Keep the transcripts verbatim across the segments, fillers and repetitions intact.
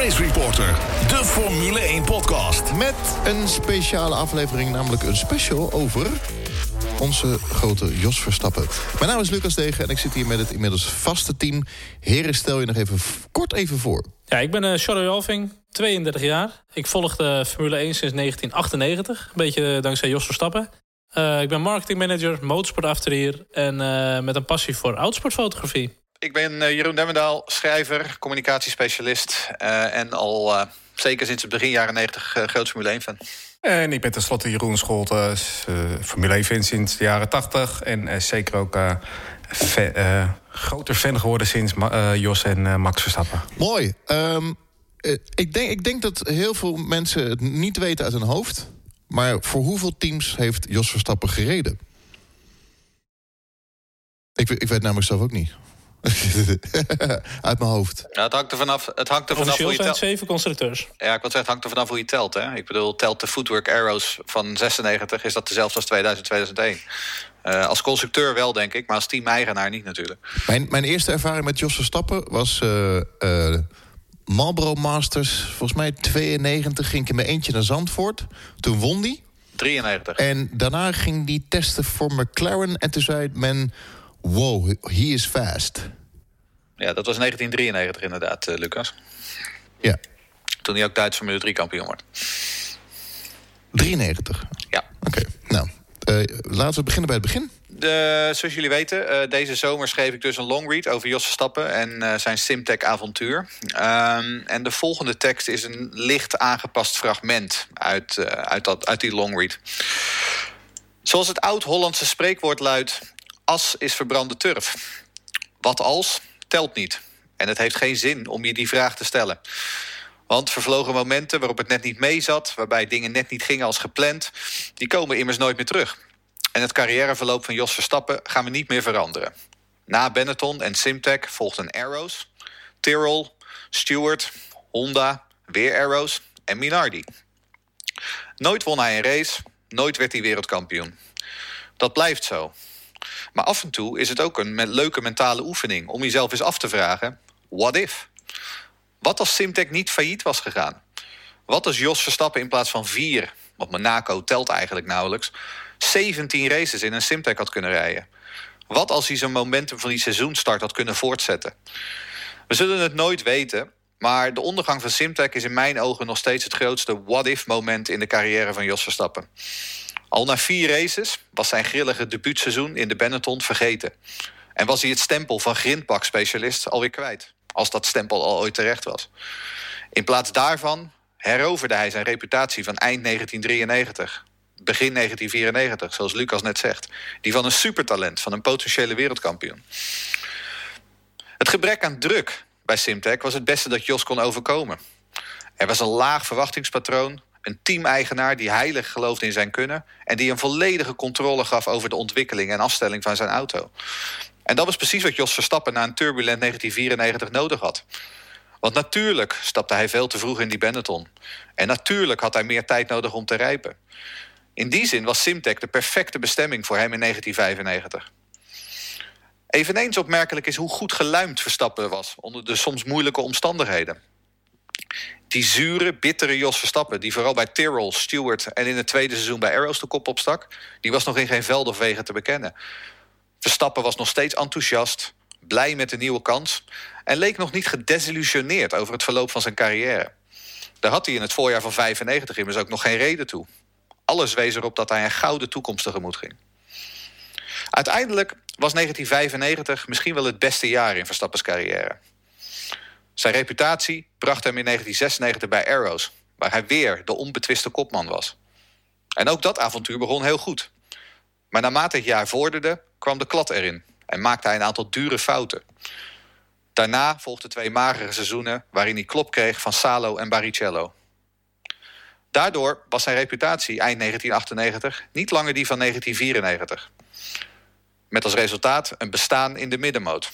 Race Reporter, de Formule één podcast. Met een speciale aflevering, namelijk een special over onze grote Jos Verstappen. Mijn naam is Lucas Degen en ik zit hier met het inmiddels vaste team. Heren, stel je nog even kort even voor. Ja, ik ben uh, Charlie Alving, tweeëndertig jaar. Ik volg de Formule één sinds negentien achtennegentig. Een beetje dankzij Jos Verstappen. Uh, ik ben marketingmanager, motorsportavonturier en uh, met een passie voor oudsportfotografie. Ik ben uh, Jeroen Demmendaal, schrijver, communicatiespecialist uh, en al uh, zeker sinds het begin jaren negentig uh, groot Formule één fan. En ik ben tenslotte Jeroen Scholtes, uh, Formule één fan sinds de jaren tachtig en uh, zeker ook uh, fan, uh, groter fan geworden sinds uh, Jos en uh, Max Verstappen. Mooi. Um, uh, ik, denk, ik denk dat heel veel mensen het niet weten uit hun hoofd. Maar voor hoeveel teams heeft Jos Verstappen gereden? Ik, ik weet namelijk zelf ook niet. Uit mijn hoofd. Ja, het hangt er vanaf, het hangt er vanaf hoe je telt. zeven constructeurs. Ja, ik wil zeggen, het hangt er vanaf hoe je telt. Hè? Ik bedoel, telt de Footwork Arrows van zesennegentig... is dat dezelfde als tweeduizend, tweeduizend één. Uh, als constructeur wel, denk ik, maar als team-eigenaar niet natuurlijk. Mijn, mijn eerste ervaring met Jos Verstappen was uh, uh, Marlboro Masters. Volgens mij tweeënnegentig ging ik in mijn eentje naar Zandvoort. Toen won die. drieënnegentig. En daarna ging die testen voor McLaren. En toen zei men, wow, he is fast. Ja, dat was negentien drieënnegentig inderdaad, uh, Lucas. Ja. Toen hij ook Duits Formule drie kampioen wordt. drieënnegentig? Ja. Oké, okay, nou, uh, laten we beginnen bij het begin. De, zoals jullie weten, uh, deze zomer schreef ik dus een longread over Jos Verstappen en uh, zijn Simtech-avontuur. Um, en de volgende tekst is een licht aangepast fragment uit, uh, uit, dat, uit die longread. Zoals het oud-Hollandse spreekwoord luidt, as is verbrande turf. Wat als, telt niet. En het heeft geen zin om je die vraag te stellen. Want vervlogen momenten waarop het net niet mee zat, waarbij dingen net niet gingen als gepland, die komen immers nooit meer terug. En het carrièreverloop van Jos Verstappen gaan we niet meer veranderen. Na Benetton en Simtech volgden Arrows, Tyrrell, Stewart, Honda, weer Arrows en Minardi. Nooit won hij een race, nooit werd hij wereldkampioen. Dat blijft zo. Maar af en toe is het ook een me- leuke mentale oefening om jezelf eens af te vragen, what if? Wat als Simtech niet failliet was gegaan? Wat als Jos Verstappen in plaats van vier, want Monaco telt eigenlijk nauwelijks, zeventien races in een Simtech had kunnen rijden? Wat als hij zijn momentum van die seizoenstart had kunnen voortzetten? We zullen het nooit weten, maar de ondergang van Simtech is in mijn ogen nog steeds het grootste what-if-moment in de carrière van Jos Verstappen. Al na vier races was zijn grillige debuutseizoen in de Benetton vergeten. En was hij het stempel van grindbak-specialist alweer kwijt, als dat stempel al ooit terecht was. In plaats daarvan heroverde hij zijn reputatie van eind negentien drieënnegentig... begin negentien vierennegentig, zoals Lucas net zegt. Die van een supertalent, van een potentiële wereldkampioen. Het gebrek aan druk bij Simtech was het beste dat Jos kon overkomen. Er was een laag verwachtingspatroon, een teameigenaar die heilig geloofde in zijn kunnen en die een volledige controle gaf over de ontwikkeling en afstelling van zijn auto. En dat was precies wat Jos Verstappen na een turbulent negentien vierennegentig nodig had. Want natuurlijk stapte hij veel te vroeg in die Benetton. En natuurlijk had hij meer tijd nodig om te rijpen. In die zin was Simtech de perfecte bestemming voor hem in negentien vijfennegentig. Eveneens opmerkelijk is hoe goed geluimd Verstappen was onder de soms moeilijke omstandigheden. Die zure, bittere Jos Verstappen, die vooral bij Tyrrell, Stewart en in het tweede seizoen bij Arrows de kop opstak, die was nog in geen veld of wegen te bekennen. Verstappen was nog steeds enthousiast, blij met de nieuwe kans en leek nog niet gedesillusioneerd over het verloop van zijn carrière. Daar had hij in het voorjaar van vijfennegentig immers ook nog geen reden toe. Alles wees erop dat hij een gouden toekomst tegemoet ging. Uiteindelijk was negentien vijfennegentig misschien wel het beste jaar in Verstappens carrière. Zijn reputatie bracht hem in negentien zesennegentig bij Arrows, waar hij weer de onbetwiste kopman was. En ook dat avontuur begon heel goed. Maar naarmate het jaar vorderde, kwam de klad erin en maakte hij een aantal dure fouten. Daarna volgden twee magere seizoenen waarin hij klop kreeg van Salo en Barrichello. Daardoor was zijn reputatie eind negentien achtennegentig niet langer die van negentien vierennegentig. Met als resultaat een bestaan in de middenmoot.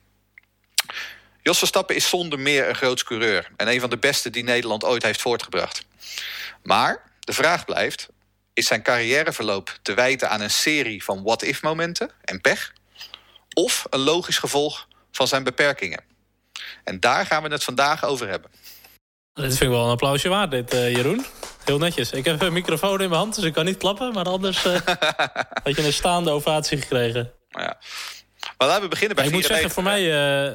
Jos Verstappen is zonder meer een groots coureur en een van de beste die Nederland ooit heeft voortgebracht. Maar de vraag blijft, is zijn carrièreverloop te wijten aan een serie van what-if-momenten en pech? Of een logisch gevolg van zijn beperkingen? En daar gaan we het vandaag over hebben. Dit vind ik wel een applausje waard, dit, uh, Jeroen. Heel netjes. Ik heb een microfoon in mijn hand, dus ik kan niet klappen. Maar anders uh, had je een staande ovatie gekregen. Ja. Maar laten we beginnen bij ja, ik moet zeggen, voor mij... Uh,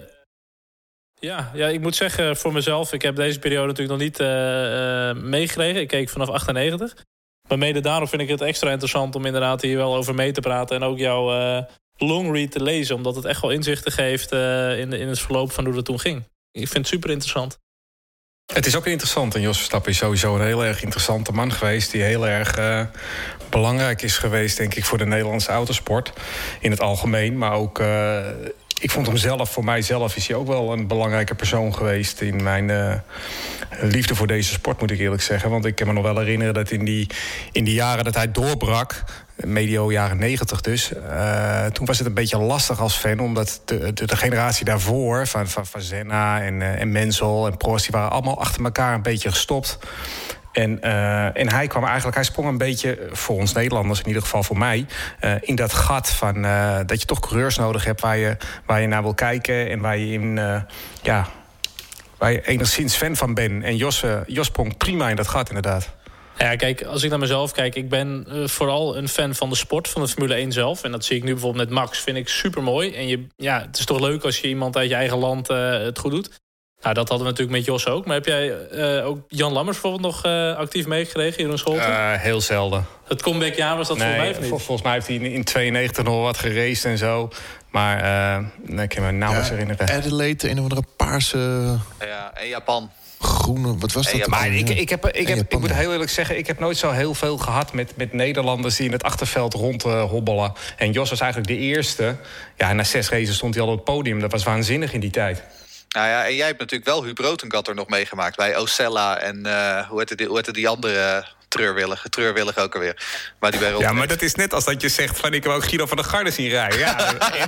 ja, ja, ik moet zeggen, voor mezelf... Ik heb deze periode natuurlijk nog niet uh, uh, meegekregen. Ik keek vanaf achtennegentig. Maar mede daarom vind ik het extra interessant... om inderdaad hier wel over mee te praten. En ook jouw uh, longread te lezen. Omdat het echt wel inzichten geeft... Uh, in, de, in het verloop van hoe dat toen ging. Ik vind het super interessant. Het is ook interessant. En Jos Verstappen is sowieso een heel erg interessante man geweest... die heel erg uh, belangrijk is geweest, denk ik... voor de Nederlandse autosport in het algemeen. Maar ook, uh, ik vond hem zelf, voor mijzelf... is hij ook wel een belangrijke persoon geweest... in mijn uh, liefde voor deze sport, moet ik eerlijk zeggen. Want ik kan me nog wel herinneren dat in die, in die jaren dat hij doorbrak... medio jaren negentig dus. Uh, toen was het een beetje lastig als fan... omdat de, de, de generatie daarvoor... van, van, van Senna en, uh, en Menzel en Prost... die waren allemaal achter elkaar een beetje gestopt. En, uh, en hij kwam eigenlijk... hij sprong een beetje, voor ons Nederlanders... in ieder geval voor mij... Uh, in dat gat van uh, dat je toch coureurs nodig hebt... waar je, waar je naar wil kijken... en waar je in... Uh, ja, waar je enigszins fan van bent. En Jos, uh, Jos sprong prima in dat gat, inderdaad. Ja, kijk, als ik naar mezelf kijk... ik ben uh, vooral een fan van de sport, van de Formule één zelf. En dat zie ik nu bijvoorbeeld met Max, vind ik super mooi. En je, ja, het is toch leuk als je iemand uit je eigen land uh, het goed doet. Nou, dat hadden we natuurlijk met Jos ook. Maar heb jij uh, ook Jan Lammers bijvoorbeeld nog uh, actief meegekregen, Jeroen Scholten? Uh, heel zelden. Het comebackjaar was dat nee, voor mij of niet? Vol, volgens mij heeft hij in, in tweeënnegentig nog wat geraced en zo. Maar uh, nee, ik kan me nauwelijks ja, herinneren. Adelaide, een of andere paarse... Ja, en Japan. Groene, wat was dat? Ja, maar ik, ik, heb, ik, heb, ik moet heel eerlijk zeggen... ik heb nooit zo heel veel gehad met, met Nederlanders... die in het achterveld rond uh, hobbelen. En Jos was eigenlijk de eerste. Ja, na zes races stond hij al op het podium. Dat was waanzinnig in die tijd. Nou ja, en jij hebt natuurlijk wel Huub Rotengatter nog meegemaakt... bij Ocella en uh, hoe heette die, hoe heette die andere... Uh, treurwillig, treurwillig ook alweer. Maar die bij ja, maar dat is net als dat je zegt... van ik heb ook Guido van der Garde zien rijden. Ja, en?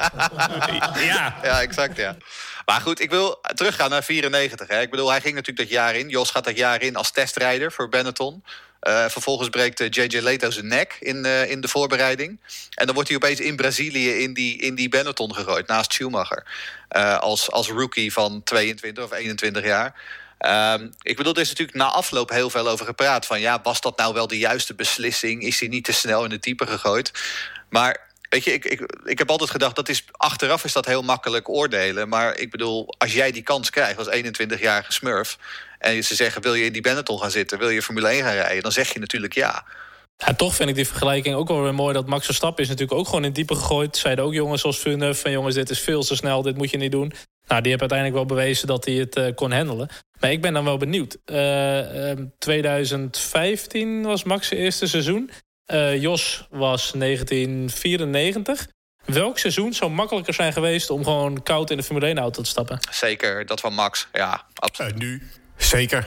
ja. ja, exact, ja. Maar goed, ik wil teruggaan naar vierennegentig. Hè. Ik bedoel, hij ging natuurlijk dat jaar in. Jos gaat dat jaar in als testrijder voor Benetton. Uh, vervolgens breekt uh, J J Leto zijn nek in, uh, in de voorbereiding. En dan wordt hij opeens in Brazilië in die, in die Benetton gegooid, naast Schumacher. Uh, als, als rookie van tweeëntwintig of eenentwintig jaar. Um, ik bedoel, er is natuurlijk na afloop heel veel over gepraat. Van ja, was dat nou wel de juiste beslissing? Is hij niet te snel in de diepe gegooid? Maar weet je, ik, ik, ik heb altijd gedacht... dat is achteraf is dat heel makkelijk oordelen. Maar ik bedoel, als jij die kans krijgt als eenentwintigjarige smurf... en ze zeggen, wil je in die Benetton gaan zitten? Wil je Formule één gaan rijden? Dan zeg je natuurlijk ja. Ja, toch vind ik die vergelijking ook wel weer mooi... dat Max Verstappen is natuurlijk ook gewoon in het diepe gegooid. Zeiden ook jongens zoals Villeneuve van jongens, dit is veel te snel, dit moet je niet doen. Nou, die hebben uiteindelijk wel bewezen dat hij het uh, kon handelen. Maar ik ben dan wel benieuwd. Uh, uh, twintig vijftien was Max' eerste seizoen. Uh, Jos was negentien vierennegentig. Welk seizoen zou makkelijker zijn geweest... om gewoon koud in de Formule één auto te stappen? Zeker, dat van Max, ja, absoluut. Uh, nu? Zeker.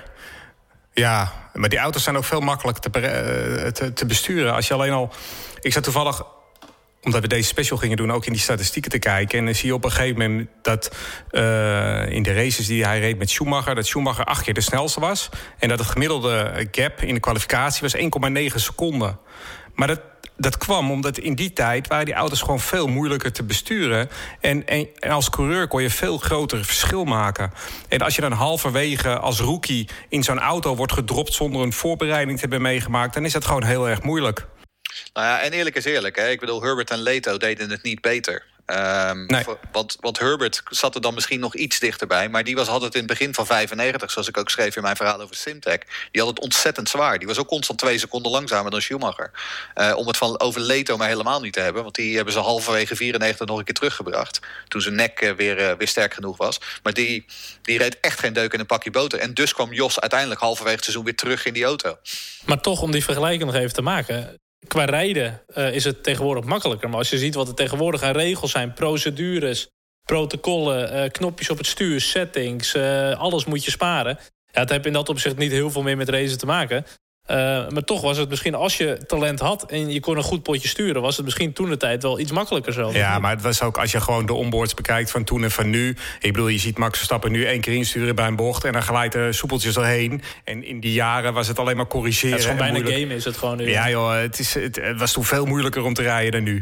Ja, maar die auto's zijn ook veel makkelijker te, uh, te, te besturen. Als je alleen al... Ik zat toevallig, omdat we deze special gingen doen... ook in die statistieken te kijken. En dan zie je op een gegeven moment dat uh, in de races die hij reed met Schumacher... dat Schumacher acht keer de snelste was. En dat het gemiddelde gap in de kwalificatie was één komma negen seconden. Maar dat... Dat kwam omdat in die tijd waren die auto's gewoon veel moeilijker te besturen. En, en, en als coureur kon je veel groter verschil maken. En als je dan halverwege als rookie in zo'n auto wordt gedropt... zonder een voorbereiding te hebben meegemaakt... dan is dat gewoon heel erg moeilijk. Nou ja, en eerlijk is eerlijk. Hè? Ik bedoel, Herbert en Leto deden het niet beter. Um, nee. voor, want, want Herbert zat er dan misschien nog iets dichterbij... maar die was, had het in het begin van vijfennegentig... zoals ik ook schreef in mijn verhaal over Simtek... die had het ontzettend zwaar. Die was ook constant twee seconden langzamer dan Schumacher. Uh, om het van over Leto maar helemaal niet te hebben... want die hebben ze halverwege vierennegentig nog een keer teruggebracht... toen zijn nek uh, weer, uh, weer sterk genoeg was. Maar die, die reed echt geen deuk in een pakje boter. En dus kwam Jos uiteindelijk halverwege het seizoen weer terug in die auto. Maar toch, om die vergelijking nog even te maken... Qua rijden uh, is het tegenwoordig makkelijker. Maar als je ziet wat er tegenwoordig aan regels zijn... procedures, protocollen, uh, knopjes op het stuur, settings... Uh, alles moet je sparen. Ja, het heeft in dat opzicht niet heel veel meer met racen te maken. Uh, maar toch was het misschien, als je talent had... en je kon een goed potje sturen... was het misschien toen de tijd wel iets makkelijker zo. Ja, maar het was ook, als je gewoon de onboards bekijkt van toen en van nu... ik bedoel, je ziet Max Verstappen nu één keer insturen bij een bocht... en dan glijdt er soepeltjes doorheen. En in die jaren was het alleen maar corrigeren. Het is gewoon bijna game, is het gewoon nu. Ja joh, het, is, het, het was toen veel moeilijker om te rijden dan nu.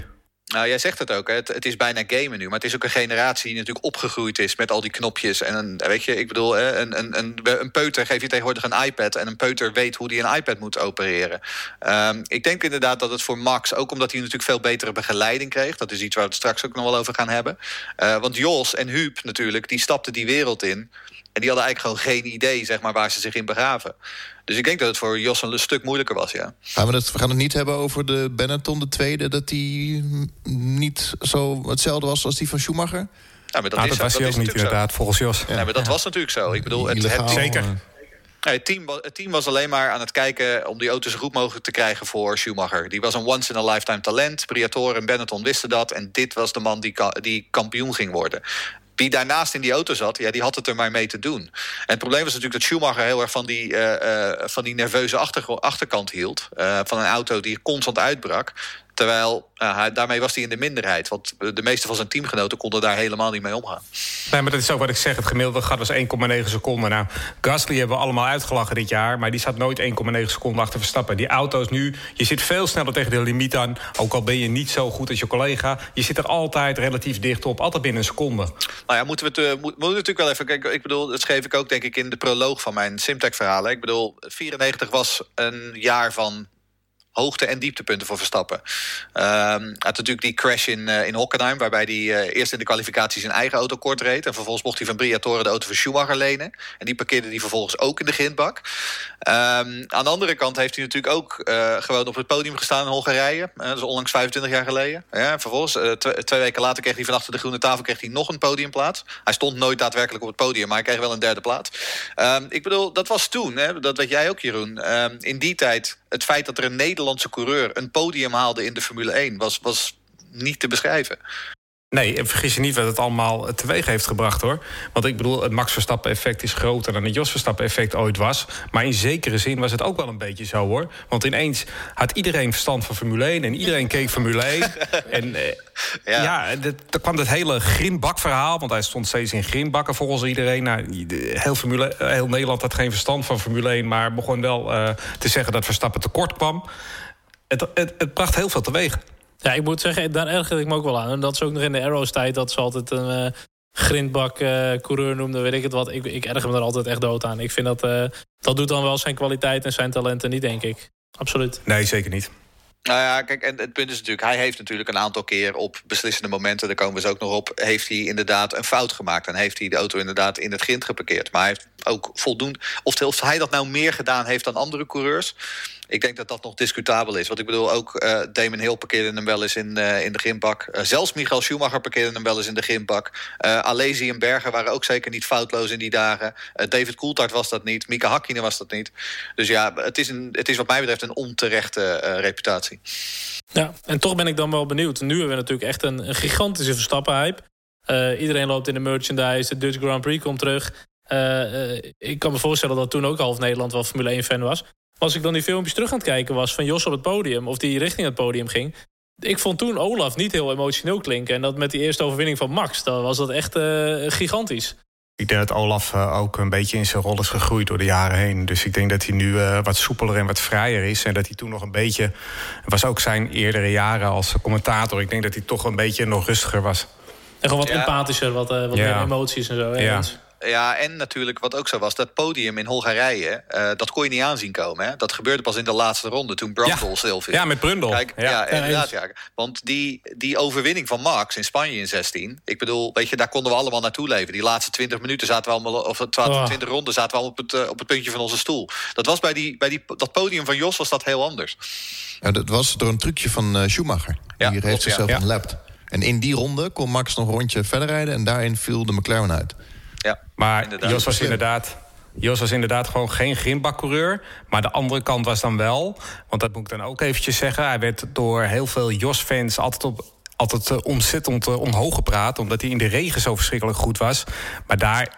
Nou, jij zegt het ook, hè. Het, het is bijna gamen nu. Maar het is ook een generatie die natuurlijk opgegroeid is met al die knopjes. En een, weet je, ik bedoel, een, een, een, een peuter geef je tegenwoordig een iPad. En een peuter weet hoe die een iPad moet opereren. Um, ik denk inderdaad dat het voor Max, ook omdat hij natuurlijk veel betere begeleiding kreeg. Dat is iets waar we het straks ook nog wel over gaan hebben. Uh, want Jos en Huub natuurlijk, die stapten die wereld in. En die hadden eigenlijk gewoon geen idee, zeg maar, waar ze zich in begaven. Dus ik denk dat het voor Jos een stuk moeilijker was, ja. Gaan we, het, we gaan het niet hebben over de Benetton, de tweede, dat die niet zo hetzelfde was als die van Schumacher? Ja, maar dat, nou, is, dat was dat hij is ook niet, inderdaad, zo. Volgens Jos. Ja, ja maar dat ja. was natuurlijk zo. Ik bedoel, het, het team, Zeker. Ja, het, team, het team was alleen maar aan het kijken om die auto's zo goed mogelijk te krijgen voor Schumacher. Die was een once-in-a-lifetime talent. Briatore en Benetton wisten dat. En dit was de man die, die kampioen ging worden. Wie daarnaast in die auto zat, ja, die had het er maar mee te doen. En het probleem was natuurlijk dat Schumacher heel erg van die, uh, uh, van die nerveuze achter, achterkant hield. Uh, van een auto die constant uitbrak. Terwijl, uh, daarmee was hij in de minderheid. Want de meeste van zijn teamgenoten konden daar helemaal niet mee omgaan. Nee, maar dat is ook wat ik zeg. Het gemiddelde gat was één komma negen seconden. Nou, Gasly hebben we allemaal uitgelachen dit jaar. Maar die zat nooit één komma negen seconden achter Verstappen. Die auto's nu, je zit veel sneller tegen de limiet aan. Ook al ben je niet zo goed als je collega. Je zit er altijd relatief dicht op. Altijd binnen een seconde. Nou ja, moeten we het uh, moeten we natuurlijk wel even... Kijk, ik bedoel, dat schreef ik ook denk ik in de proloog van mijn Simtech-verhalen. Ik bedoel, vierennegentig was een jaar van hoogte- en dieptepunten voor Verstappen. Uh, had natuurlijk die crash in, uh, in Hockenheim, waarbij hij uh, eerst in de kwalificatie zijn eigen auto kort reed. En vervolgens mocht hij van Briatore de auto van Schumacher lenen. En die parkeerde hij vervolgens ook in de grindbak. Um, aan de andere kant heeft hij natuurlijk ook uh, gewoon op het podium gestaan in Hongarije. Uh, dat is onlangs vijfentwintig jaar geleden. Ja, vervolgens, uh, tw- twee weken later kreeg hij van achter de groene tafel kreeg hij nog een podiumplaats. Hij stond nooit daadwerkelijk op het podium, maar hij kreeg wel een derde plaats. Um, ik bedoel, dat was toen, hè, dat weet jij ook, Jeroen. Um, in die tijd, het feit dat er een Nederlandse coureur een podium haalde in de Formule één was, was niet te beschrijven. Nee, en vergis je niet wat het allemaal teweeg heeft gebracht, hoor. Want ik bedoel, het Max Verstappen-effect is groter dan het Jos Verstappen-effect ooit was. Maar in zekere zin was het ook wel een beetje zo, hoor. Want ineens had iedereen verstand van Formule één en iedereen keek Formule één. en eh, ja, ja er kwam dat hele grindbakverhaal, want hij stond steeds in grindbakken volgens iedereen. Nou, heel, Formule, heel Nederland had geen verstand van Formule één, maar begon wel uh, te zeggen dat Verstappen tekort kwam. Het, het, het bracht heel veel teweeg. Ja, ik moet zeggen, daar ergerde ik me ook wel aan. En dat is ook nog in de Arrows tijd dat ze altijd een uh, grindbak uh, coureur noemden, weet ik het wat. Ik, ik erger me er altijd echt dood aan. Ik vind dat, uh, dat doet dan wel zijn kwaliteit en zijn talenten niet, denk ik. Absoluut. Nee, zeker niet. Nou ja, kijk, en het punt is natuurlijk, hij heeft natuurlijk een aantal keer op beslissende momenten, daar komen we zo ook nog op, heeft hij inderdaad een fout gemaakt. En heeft hij de auto inderdaad in het grind geparkeerd. Maar hij heeft ook voldoende, of hij dat nou meer gedaan heeft dan andere coureurs, ik denk dat dat nog discutabel is. Want ik bedoel, ook uh, Damon Hill parkeerde hem wel eens in, uh, in de grindbak. Uh, zelfs Michael Schumacher parkeerde hem wel eens in de grindbak. Uh, Alesi en Berger waren ook zeker niet foutloos in die dagen. Uh, David Coulthard was dat niet. Mika Hakkinen was dat niet. Dus ja, het is, een, het is wat mij betreft een onterechte uh, reputatie. Ja, en toch ben ik dan wel benieuwd. Nu hebben we natuurlijk echt een, een gigantische Verstappen-hype. Uh, iedereen loopt in de merchandise. De Dutch Grand Prix komt terug. Uh, uh, ik kan me voorstellen dat toen ook half Nederland wel Formule één-fan was. Als ik dan die filmpjes terug aan het kijken was van Jos op het podium, of die richting het podium ging, ik vond toen Olaf niet heel emotioneel klinken. En dat met die eerste overwinning van Max, dan was dat echt uh, gigantisch. Ik denk dat Olaf uh, ook een beetje in zijn rol is gegroeid door de jaren heen. Dus ik denk dat hij nu uh, wat soepeler en wat vrijer is. En dat hij toen nog een beetje, was ook zijn eerdere jaren als commentator, ik denk dat hij toch een beetje nog rustiger was. En gewoon wat ja. empathischer, wat, uh, wat ja. meer emoties en zo. Hè, ja. Ja, en natuurlijk wat ook zo was, dat podium in Hongarije, uh, dat kon je niet aanzien komen. Hè? Dat gebeurde pas in de laatste ronde, toen Brundle ja. stil viel. Ja, met Brundle. Kijk, ja, ja, inderdaad. Ja. Want die, die overwinning van Max in Spanje in zestien, ik bedoel, weet je, daar konden we allemaal naartoe leven. Die laatste twintig minuten zaten we allemaal, of twintig oh. ronden zaten we allemaal op het, uh, op het puntje van onze stoel. Dat was bij, die, bij die, dat podium van Jos was dat heel anders. Ja, dat was door een trucje van uh, Schumacher. Ja, die heeft zichzelf ja. gelapt. En in die ronde kon Max nog een rondje verder rijden en daarin viel de McLaren uit. Ja, maar inderdaad. Jos was inderdaad, Jos was inderdaad gewoon geen grindbakcoureur. Maar de andere kant was dan wel, want dat moet ik dan ook eventjes zeggen, hij werd door heel veel Jos-fans altijd op altijd uh, ontzettend uh, omhoog gepraat, omdat hij in de regen zo verschrikkelijk goed was. Maar daar,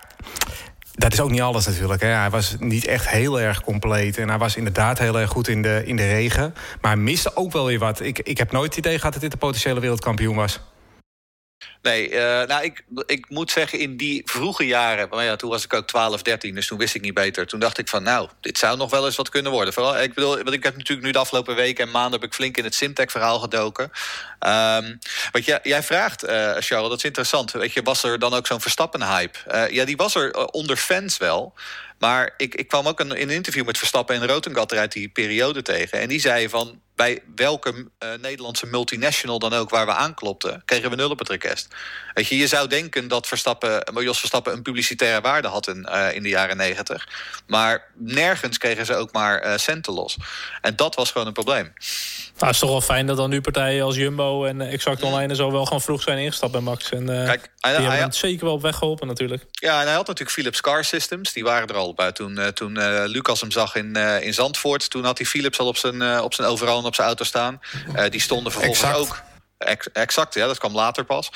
dat is ook niet alles natuurlijk. Hè. Hij was niet echt heel erg compleet. En hij was inderdaad heel erg goed in de, in de regen. Maar hij miste ook wel weer wat. Ik, ik heb nooit het idee gehad dat dit de potentiële wereldkampioen was. Nee, uh, nou, ik, ik moet zeggen, in die vroege jaren... maar ja, toen was ik ook twaalf, dertien, dus toen wist ik niet beter. Toen dacht ik van, nou, dit zou nog wel eens wat kunnen worden. Vooral, ik bedoel, want ik heb natuurlijk nu de afgelopen weken en maanden... heb ik flink in het Simtek-verhaal gedoken. Um, wat jij, jij vraagt, uh, Charles, dat is interessant. Weet je, was er dan ook zo'n Verstappen-hype? Uh, ja, die was er uh, onder fans wel... Maar ik, ik kwam ook in een interview met Verstappen en Rotengatter uit die periode tegen. En die zei van, bij welke uh, Nederlandse multinational dan ook waar we aanklopten, kregen we nul op het request. Weet je, je zou denken dat Verstappen, Jos Verstappen een publicitaire waarde had in, uh, in de jaren negentig. Maar nergens kregen ze ook maar uh, centen los. En dat was gewoon een probleem. Nou, het is toch wel fijn dat dan nu partijen als Jumbo en Exact Online en zo wel gewoon vroeg zijn ingestapt bij Max. En uh, Kijk, hij, die hij, hebben het zeker wel op weg geholpen natuurlijk. Ja, en hij had natuurlijk Philips Car Systems. Die waren er al bij toen, uh, toen uh, Lucas hem zag in, uh, in Zandvoort. Toen had hij Philips al op zijn, uh, op zijn overal en op zijn auto staan. Uh, die stonden vervolgens exact. ook... Ex, exact, ja, dat kwam later pas.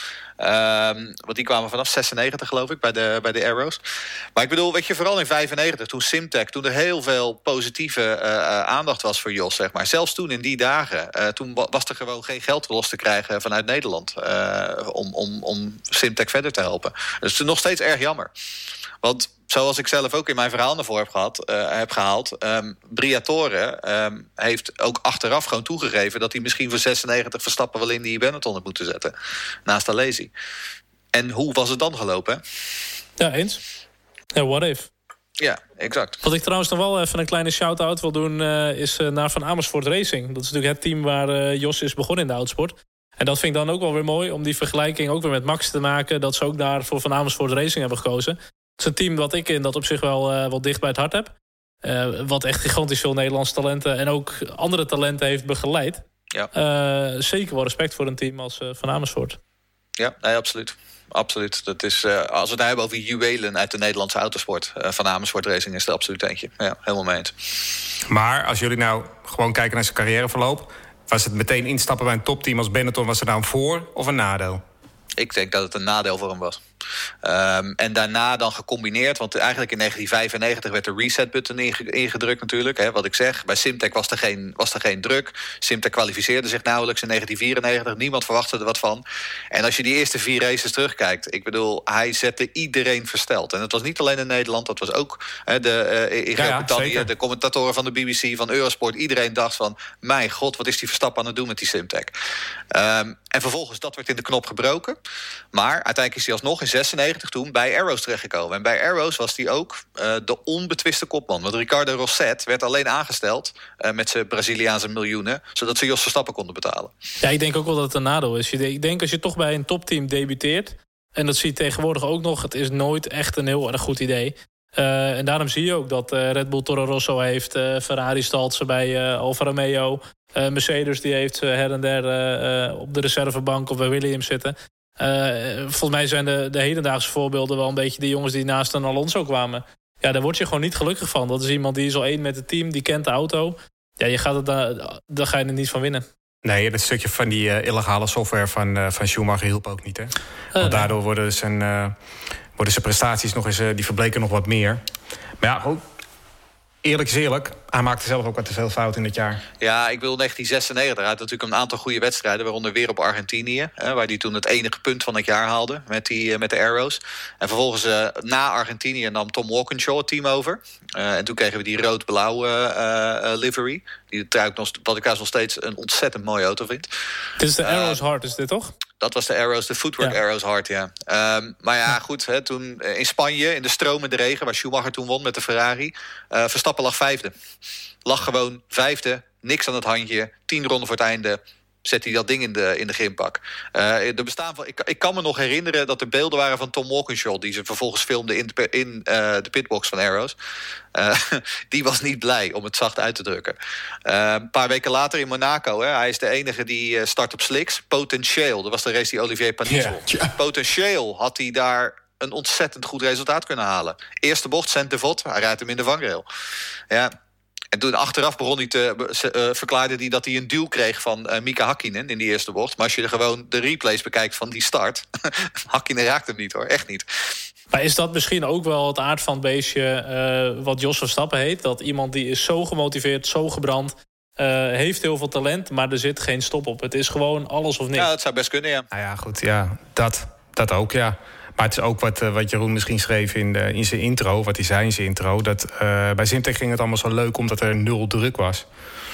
Um, want die kwamen vanaf zesennegentig, geloof ik, bij de, bij de Arrows. Maar ik bedoel, weet je, vooral in vijfennegentig, toen Simtek... toen er heel veel positieve uh, aandacht was voor Jos, zeg maar. Zelfs toen, in die dagen, uh, toen was er gewoon geen geld los te krijgen vanuit Nederland... Uh, om, om, om Simtek verder te helpen. Dus het is nog steeds erg jammer. Want zoals ik zelf ook in mijn verhaal naar voren heb, gehad, uh, heb gehaald... Um, Briatore um, heeft ook achteraf gewoon toegegeven... dat hij misschien voor zesennegentig Verstappen wel in die Benetton had moeten zetten. Naast Alesi. En hoe was het dan gelopen? Hè? Ja, eens. Ja, what if? Ja, exact. Wat ik trouwens nog wel even een kleine shout-out wil doen... Uh, is uh, naar Van Amersfoort Racing. Dat is natuurlijk het team waar uh, Jos is begonnen in de autosport. En dat vind ik dan ook wel weer mooi... om die vergelijking ook weer met Max te maken... dat ze ook daar voor Van Amersfoort Racing hebben gekozen... Het is een team wat ik in dat op zich wel, uh, wel dicht bij het hart heb. Uh, wat echt gigantisch veel Nederlandse talenten... en ook andere talenten heeft begeleid. Ja. Uh, zeker wel respect voor een team als uh, Van Amersfoort. Ja, nee, absoluut. Absoluut. Dat is, uh, als we het nou hebben over juwelen uit de Nederlandse autosport... Uh, Van Amersfoort Racing is er absoluut eentje. Ja, helemaal mee eens. Maar als jullie nou gewoon kijken naar zijn carrièreverloop... was het meteen instappen bij een topteam als Benetton... was het nou een voor- of een nadeel? Ik denk dat het een nadeel voor hem was. Um, en daarna dan gecombineerd... want eigenlijk in negentien vijfennegentig werd de reset-button ingedrukt natuurlijk. Hè, wat ik zeg, bij Simtek was er, geen, was er geen druk. Simtek kwalificeerde zich nauwelijks in negentien vierennegentig. Niemand verwachtte er wat van. En als je die eerste vier races terugkijkt... ik bedoel, hij zette iedereen versteld. En dat was niet alleen in Nederland, dat was ook hè, de, uh, in Groot-Brittannië... Ja, ja, de commentatoren van de B B C, van Eurosport... iedereen dacht van, mijn god, wat is die Verstappen aan het doen met die Simtek? Um, en vervolgens, dat werd in de knop gebroken. Maar uiteindelijk is hij alsnog in zesennegentig toen bij Arrows terechtgekomen. En bij Arrows was hij ook uh, de onbetwiste kopman. Want Ricardo Rosset werd alleen aangesteld uh, met zijn Braziliaanse miljoenen... zodat ze Jos Verstappen konden betalen. Ja, ik denk ook wel dat het een nadeel is. Ik denk als je toch bij een topteam debuteert... en dat zie je tegenwoordig ook nog... het is nooit echt een heel erg goed idee. Uh, en daarom zie je ook dat uh, Red Bull Toro Rosso heeft... Uh, Ferrari stalt ze bij uh, Alfa Romeo... Uh, Mercedes die heeft uh, her en der uh, uh, op de reservebank of bij Williams zitten... Uh, volgens mij zijn de, de hedendaagse voorbeelden wel een beetje de jongens die naast een Alonso kwamen. Ja, daar word je gewoon niet gelukkig van. Dat is iemand die is al één met het team, die kent de auto. Ja, je gaat het daar, daar ga je er niet van winnen. Nee, dat stukje van die uh, illegale software van, uh, van Schumacher hielp ook niet, hè? Want uh, daardoor nee. worden, zijn, uh, worden zijn prestaties nog eens, uh, die verbleken nog wat meer. Maar ja, goed. Eerlijk is eerlijk, hij maakte zelf ook wat te veel fout in dit jaar. Ja, ik wil negentien zesennegentig. Hij had natuurlijk een aantal goede wedstrijden... waaronder weer op Argentinië... Hè, waar hij toen het enige punt van het jaar haalde... met, die, met de Arrows. En vervolgens uh, na Argentinië nam Tom Walkinshaw het team over. Uh, en toen kregen we die rood-blauwe uh, uh, livery. Die trouwens nog, wat ik nog steeds een ontzettend mooie auto vind. Dit is de Arrows uh, Hard, is dit toch? Dat was de Arrows, de Footwork ja. Arrows Hard, ja. Um, maar ja, goed, hè, toen in Spanje, in de stromende regen... waar Schumacher toen won met de Ferrari... Uh, Verstappen lag vijfde. Lag gewoon vijfde, niks aan het handje. Tien ronden voor het einde zet hij dat ding in de, in de grimbak. Uh, er bestaan van, ik, ik kan me nog herinneren dat er beelden waren van Tom Walkinshaw... die ze vervolgens filmde in, de, in uh, de pitbox van Arrows. Uh, die was niet blij, om het zacht uit te drukken. Uh, een paar weken later in Monaco... Hè, hij is de enige die uh, start op slicks. Potentieel, dat was de race die Olivier Panis won. Yeah, yeah. Potentieel had hij daar een ontzettend goed resultaat kunnen halen. Eerste bocht, Saint-Devot, hij rijdt hem in de vangrail. Ja... En toen achteraf begon hij te, uh, verklaarde hij dat hij een duw kreeg van uh, Mika Häkkinen in die eerste bocht. Maar als je er gewoon de replays bekijkt van die start... Häkkinen raakt hem niet hoor, echt niet. Maar is dat misschien ook wel het aard van het beestje uh, wat Jos Verstappen heet? Dat iemand die is zo gemotiveerd, zo gebrand... Uh, heeft heel veel talent, maar er zit geen stop op. Het is gewoon alles of niks. Ja, dat zou best kunnen, ja. Nou ja, goed, ja, dat, dat ook, ja. Maar het is ook wat, uh, wat Jeroen misschien schreef in, de, in zijn intro... wat hij zei in zijn intro... dat uh, bij Simtek ging het allemaal zo leuk omdat er nul druk was.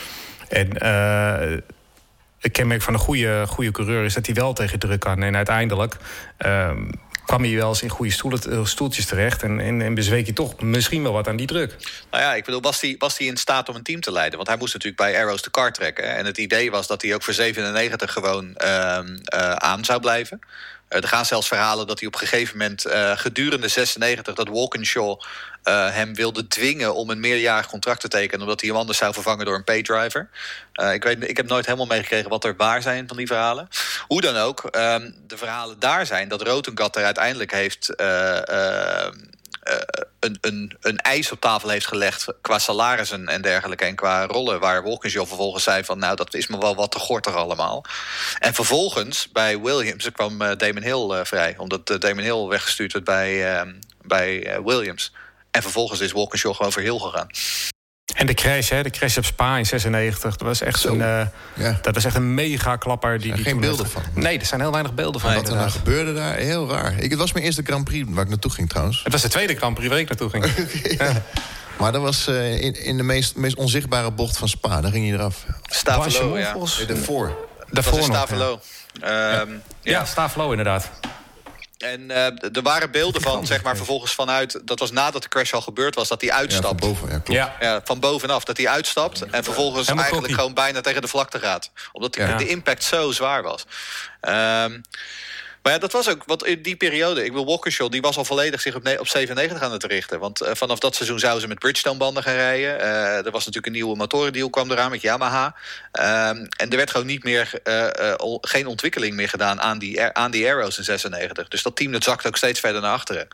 En uh, het kenmerk van een goede, goede coureur is dat hij wel tegen druk kan. En uiteindelijk uh, kwam hij wel eens in goede stoelen, stoeltjes terecht... En, en, en bezweek hij toch misschien wel wat aan die druk. Nou ja, ik bedoel, was hij, was hij in staat om een team te leiden? Want hij moest natuurlijk bij Arrows de kar trekken. En het idee was dat hij ook voor zevenennegentig gewoon uh, uh, aan zou blijven. Uh, er gaan zelfs verhalen dat hij op een gegeven moment... Uh, gedurende zesennegentig dat Walkinshaw uh, hem wilde dwingen... om een meerjarig contract te tekenen... omdat hij hem anders zou vervangen door een paydriver. Uh, ik, weet, ik heb nooit helemaal meegekregen wat er waar zijn van die verhalen. Hoe dan ook, um, de verhalen daar zijn... dat Rotengat er uiteindelijk heeft... Uh, uh, Uh, een, een, een eis op tafel heeft gelegd qua salarissen en dergelijke... en qua rollen, waar Walkinshaw vervolgens zei van... nou, dat is me wel wat te gortig allemaal. En vervolgens, bij Williams, kwam uh, Damon Hill uh, vrij... omdat uh, Damon Hill weggestuurd werd bij, uh, bij uh, Williams. En vervolgens is Walkinshaw gewoon voor Hill gegaan. En de crash, hè, de crash op Spa in zesennegentig, dat was echt, een, uh, ja. dat was echt een mega klapper. Die, er zijn die geen beelden heeft... van. Nee, er zijn heel weinig beelden van. Nee, wat er nou gebeurde daar, heel raar. Ik, het was mijn eerste Grand Prix waar ik naartoe ging trouwens. Het was de tweede Grand Prix waar ik naartoe ging. ja. Ja. Maar dat was uh, in, in de meest, meest onzichtbare bocht van Spa, daar ging hij eraf. Stavelo, ja. Nee, daarvoor. Daarvoor Stavelo. Ja. Um, ja. ja, Stavelo inderdaad. En uh, er waren beelden van, zeg maar, vervolgens vanuit... dat was nadat de crash al gebeurd was, dat hij uitstapt. Ja, van boven, ja, klopt. Ja. Ja, van bovenaf, dat hij uitstapt... en vervolgens ja, eigenlijk gewoon bijna tegen de vlakte gaat. Omdat die, ja. de impact zo zwaar was. Um, maar ja, dat was ook, want in die periode... ik wil Walkinshaw, die was al volledig zich op, ne- op zevenennegentig aan het richten. Want uh, vanaf dat seizoen zouden ze met Bridgestone-banden gaan rijden. Uh, er was natuurlijk een nieuwe motorendeal, kwam eraan met Yamaha. Um, en er werd gewoon niet meer... Uh, uh, geen ontwikkeling meer gedaan aan die, aan die Arrows in zesennegentig. Dus dat team dat zakte ook steeds verder naar achteren.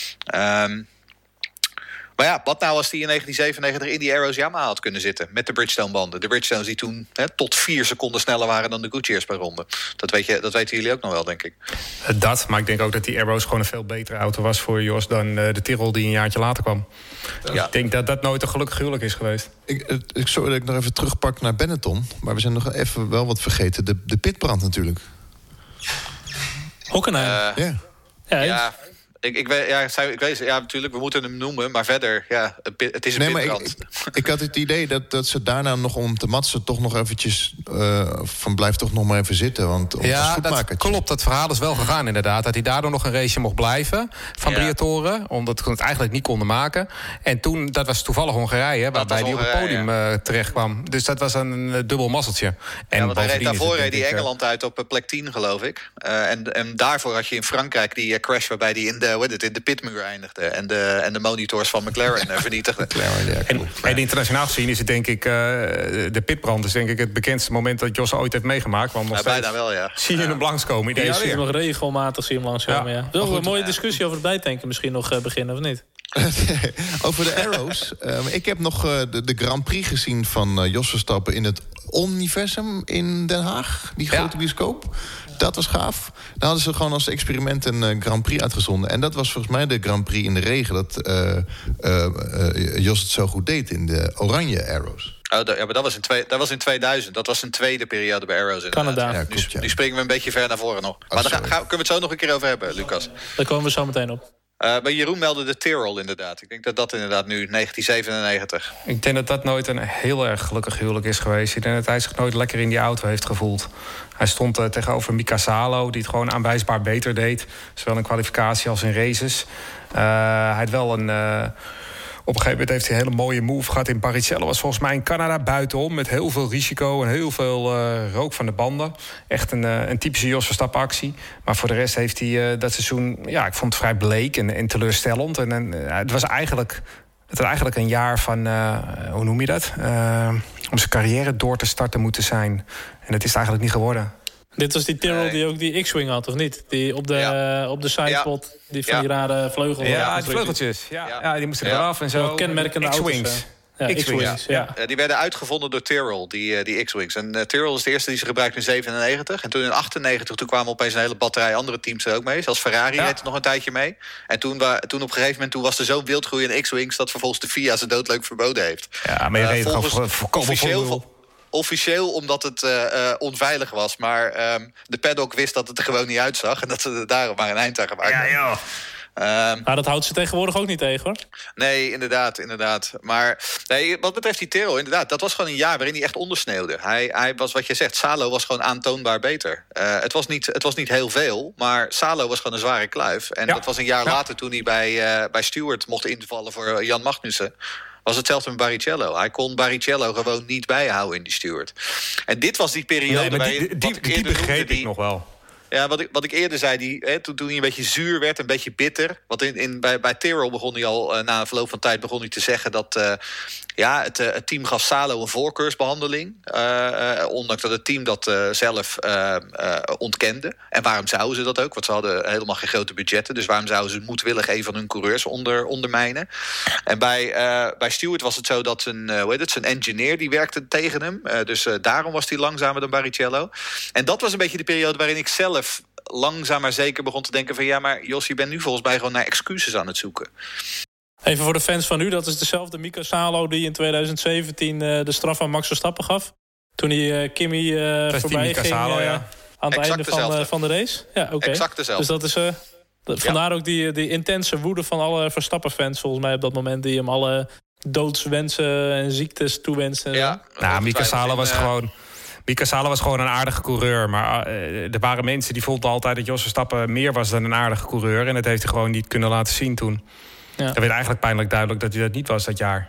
Um, Maar ja, wat nou als die in negentien zevenennegentig in die Arrows Yamaha had kunnen zitten... met de Bridgestone-banden. De Bridgestones die toen he, tot vier seconden sneller waren... dan de Goodyears per ronde. Dat, weet je, dat weten jullie ook nog wel, denk ik. Dat, maar ik denk ook dat die Arrows gewoon een veel betere auto was voor Jos... dan uh, de Tyrrell die een jaartje later kwam. Ja. Ik denk dat dat nooit een gelukkig huwelijk is geweest. Ik, ik, sorry dat ik nog even terugpak naar Benetton. Maar we zijn nog even wel wat vergeten. De, de pitbrand natuurlijk. Hockenheim. Uh, ja. Ja, ja. Ik, ik, weet, ja, ik weet, ja, natuurlijk, we moeten hem noemen. Maar verder, ja, het is een nee, pitbrand. Ik, ik, ik had het idee dat, dat ze daarna nog om te matsen... toch nog eventjes uh, van blijf toch nog maar even zitten. Want om ja, dat klopt. Dat verhaal is wel gegaan inderdaad. Dat hij daardoor nog een race mocht blijven van ja. Briatore. Omdat ze het eigenlijk niet konden maken. En toen, dat was toevallig Hongarije, waarbij hij op het podium ja. uh, terecht kwam. Dus dat was een uh, dubbel masseltje. En ja, want hij reed daarvoor reed hij Engeland uit op plek tien, geloof ik. Uh, en, en daarvoor had je in Frankrijk die uh, crash waarbij hij in de... Het, in de pitmuur eindigde en de, en de monitors van McLaren vernietigde. En, en internationaal gezien is het denk ik... Uh, de pitbrand is denk ik het bekendste moment dat Jos ooit heeft meegemaakt. Want nog ja, bijna wel, ja. Zie je ja. hem langskomen. Ja, je ziet hem nog regelmatig zie je hem langskomen, ja. ja. Wil goed, een mooie ja. discussie over het bijtanken misschien nog uh, beginnen, of niet? Over de Arrows. um, ik heb nog uh, de, de Grand Prix gezien van uh, Jos Verstappen... in het Universum in Den Haag. Die grote ja. bioscoop. Dat was gaaf. Dan hadden ze gewoon als experiment een uh, Grand Prix uitgezonden. En dat was volgens mij de Grand Prix in de regen... dat uh, uh, uh, Jos het zo goed deed in de oranje Arrows. Oh, dat, ja, maar dat was, in twee, dat was in tweeduizend. Dat was zijn tweede periode bij Arrows. Canada. Ja, nu, klopt, ja. nu springen we een beetje ver naar voren nog. Maar oh, daar gaan, gaan, kunnen we het zo nog een keer over hebben, Lucas. Daar komen we zo meteen op. Uh, bij Jeroen meldde de Tyrrell inderdaad. Ik denk dat dat inderdaad nu negentien zevenennegentig. Ik denk dat dat nooit een heel erg gelukkig huwelijk is geweest. Ik denk dat hij zich nooit lekker in die auto heeft gevoeld. Hij stond uh, tegenover Mika Salo, die het gewoon aanwijsbaar beter deed. Zowel in kwalificatie als in races. Uh, hij had wel een... Uh, Op een gegeven moment heeft hij een hele mooie move gehad in Barrichello. Was volgens mij in Canada buitenom met heel veel risico en heel veel uh, rook van de banden. Echt een, uh, een typische Jos Verstappen actie. Maar voor de rest heeft hij uh, dat seizoen... Ja, ik vond het vrij bleek en, en teleurstellend. En, en uh, het was eigenlijk... Het was eigenlijk een jaar van, uh, hoe noem je dat? Uh, om zijn carrière door te starten moeten zijn. En dat is het eigenlijk niet geworden. Dit was die Tyrrell die ook die X-Wing had, of niet? Die op de, ja. uh, op de sidepod, ja. die van ja. die rare vleugels. Ja, die vleugeltjes. Ja, ja. ja die moesten ja. eraf en zo. Wel kenmerkende X-Wings. auto's. Ja, X-Wings, ja. Ja. Die werden uitgevonden door Tyrrell, die, uh, die X-Wings. En uh, Tyrrell is de eerste die ze gebruikte in zevenennegentig. En toen in achtennegentig toen kwamen opeens een hele batterij andere teams er ook mee. Zelfs Ferrari ja. reed er nog een tijdje mee. En toen, wa- toen op een gegeven moment toen was er zo'n wildgroei in X-Wings... dat vervolgens de F I A ze doodleuk verboden heeft. Ja, maar je uh, reed gewoon voorkomen officieel, vol- officieel omdat het uh, uh, onveilig was. Maar um, de paddock wist dat het er gewoon niet uitzag. En dat ze er daarom maar een eind aan gemaakt hebben. Ja, joh. Um, maar dat houdt ze tegenwoordig ook niet tegen, hoor. Nee, inderdaad, inderdaad. Maar nee, wat betreft die Tyrrell, inderdaad, dat was gewoon een jaar waarin hij echt ondersneeuwde. Hij, hij was, wat je zegt, Salo was gewoon aantoonbaar beter. Uh, het, was niet, het was niet heel veel, maar Salo was gewoon een zware kluif. En ja. dat was een jaar ja. later toen hij bij, uh, bij Stewart mocht invallen voor Jan Magnussen. Was hetzelfde met Barrichello. Hij kon Barrichello gewoon niet bijhouden in die Stewart. En dit was die periode... Nee, maar die, die, die, die begreep ik nog wel. Ja, wat ik, wat ik eerder zei, die, hè, toen, toen hij een beetje zuur werd, een beetje bitter. Want in, in, bij, bij Tyrrell begon hij al, uh, na een verloop van tijd... begon hij te zeggen dat uh, ja, het, uh, het team gaf Salo een voorkeursbehandeling. Uh, uh, ondanks dat het team dat uh, zelf uh, uh, ontkende. En waarom zouden ze dat ook? Want ze hadden helemaal geen grote budgetten. Dus waarom zouden ze moedwillig een van hun coureurs onder, ondermijnen? En bij, uh, bij Stewart was het zo dat zijn, uh, hoe heet het, zijn engineer die werkte tegen hem. Uh, dus uh, daarom was hij langzamer dan Barrichello. En dat was een beetje de periode waarin ik zelf... langzaam maar zeker begon te denken van... ja, maar Jos, je bent nu volgens mij gewoon naar excuses aan het zoeken. Even voor de fans van u, dat is dezelfde Mika Salo... die in twintig zeventien uh, de straf aan Max Verstappen gaf. Toen hij uh, Kimi uh, voorbij ging Salo, uh, ja. aan het exact einde van, uh, van de race. Ja, oké. Okay. Exact dezelfde. Dus dat is... Uh, dat, vandaar ja. ook die, die intense woede van alle Verstappen-fans... volgens mij op dat moment... die hem alle doodswensen en ziektes toewensen. Ja, nou, Mika Salo was uh, gewoon... Mika Salo was gewoon een aardige coureur. Maar uh, er waren mensen die vonden altijd dat Jos Verstappen meer was dan een aardige coureur. En dat heeft hij gewoon niet kunnen laten zien toen. Ja. Dat werd eigenlijk pijnlijk duidelijk dat hij dat niet was dat jaar.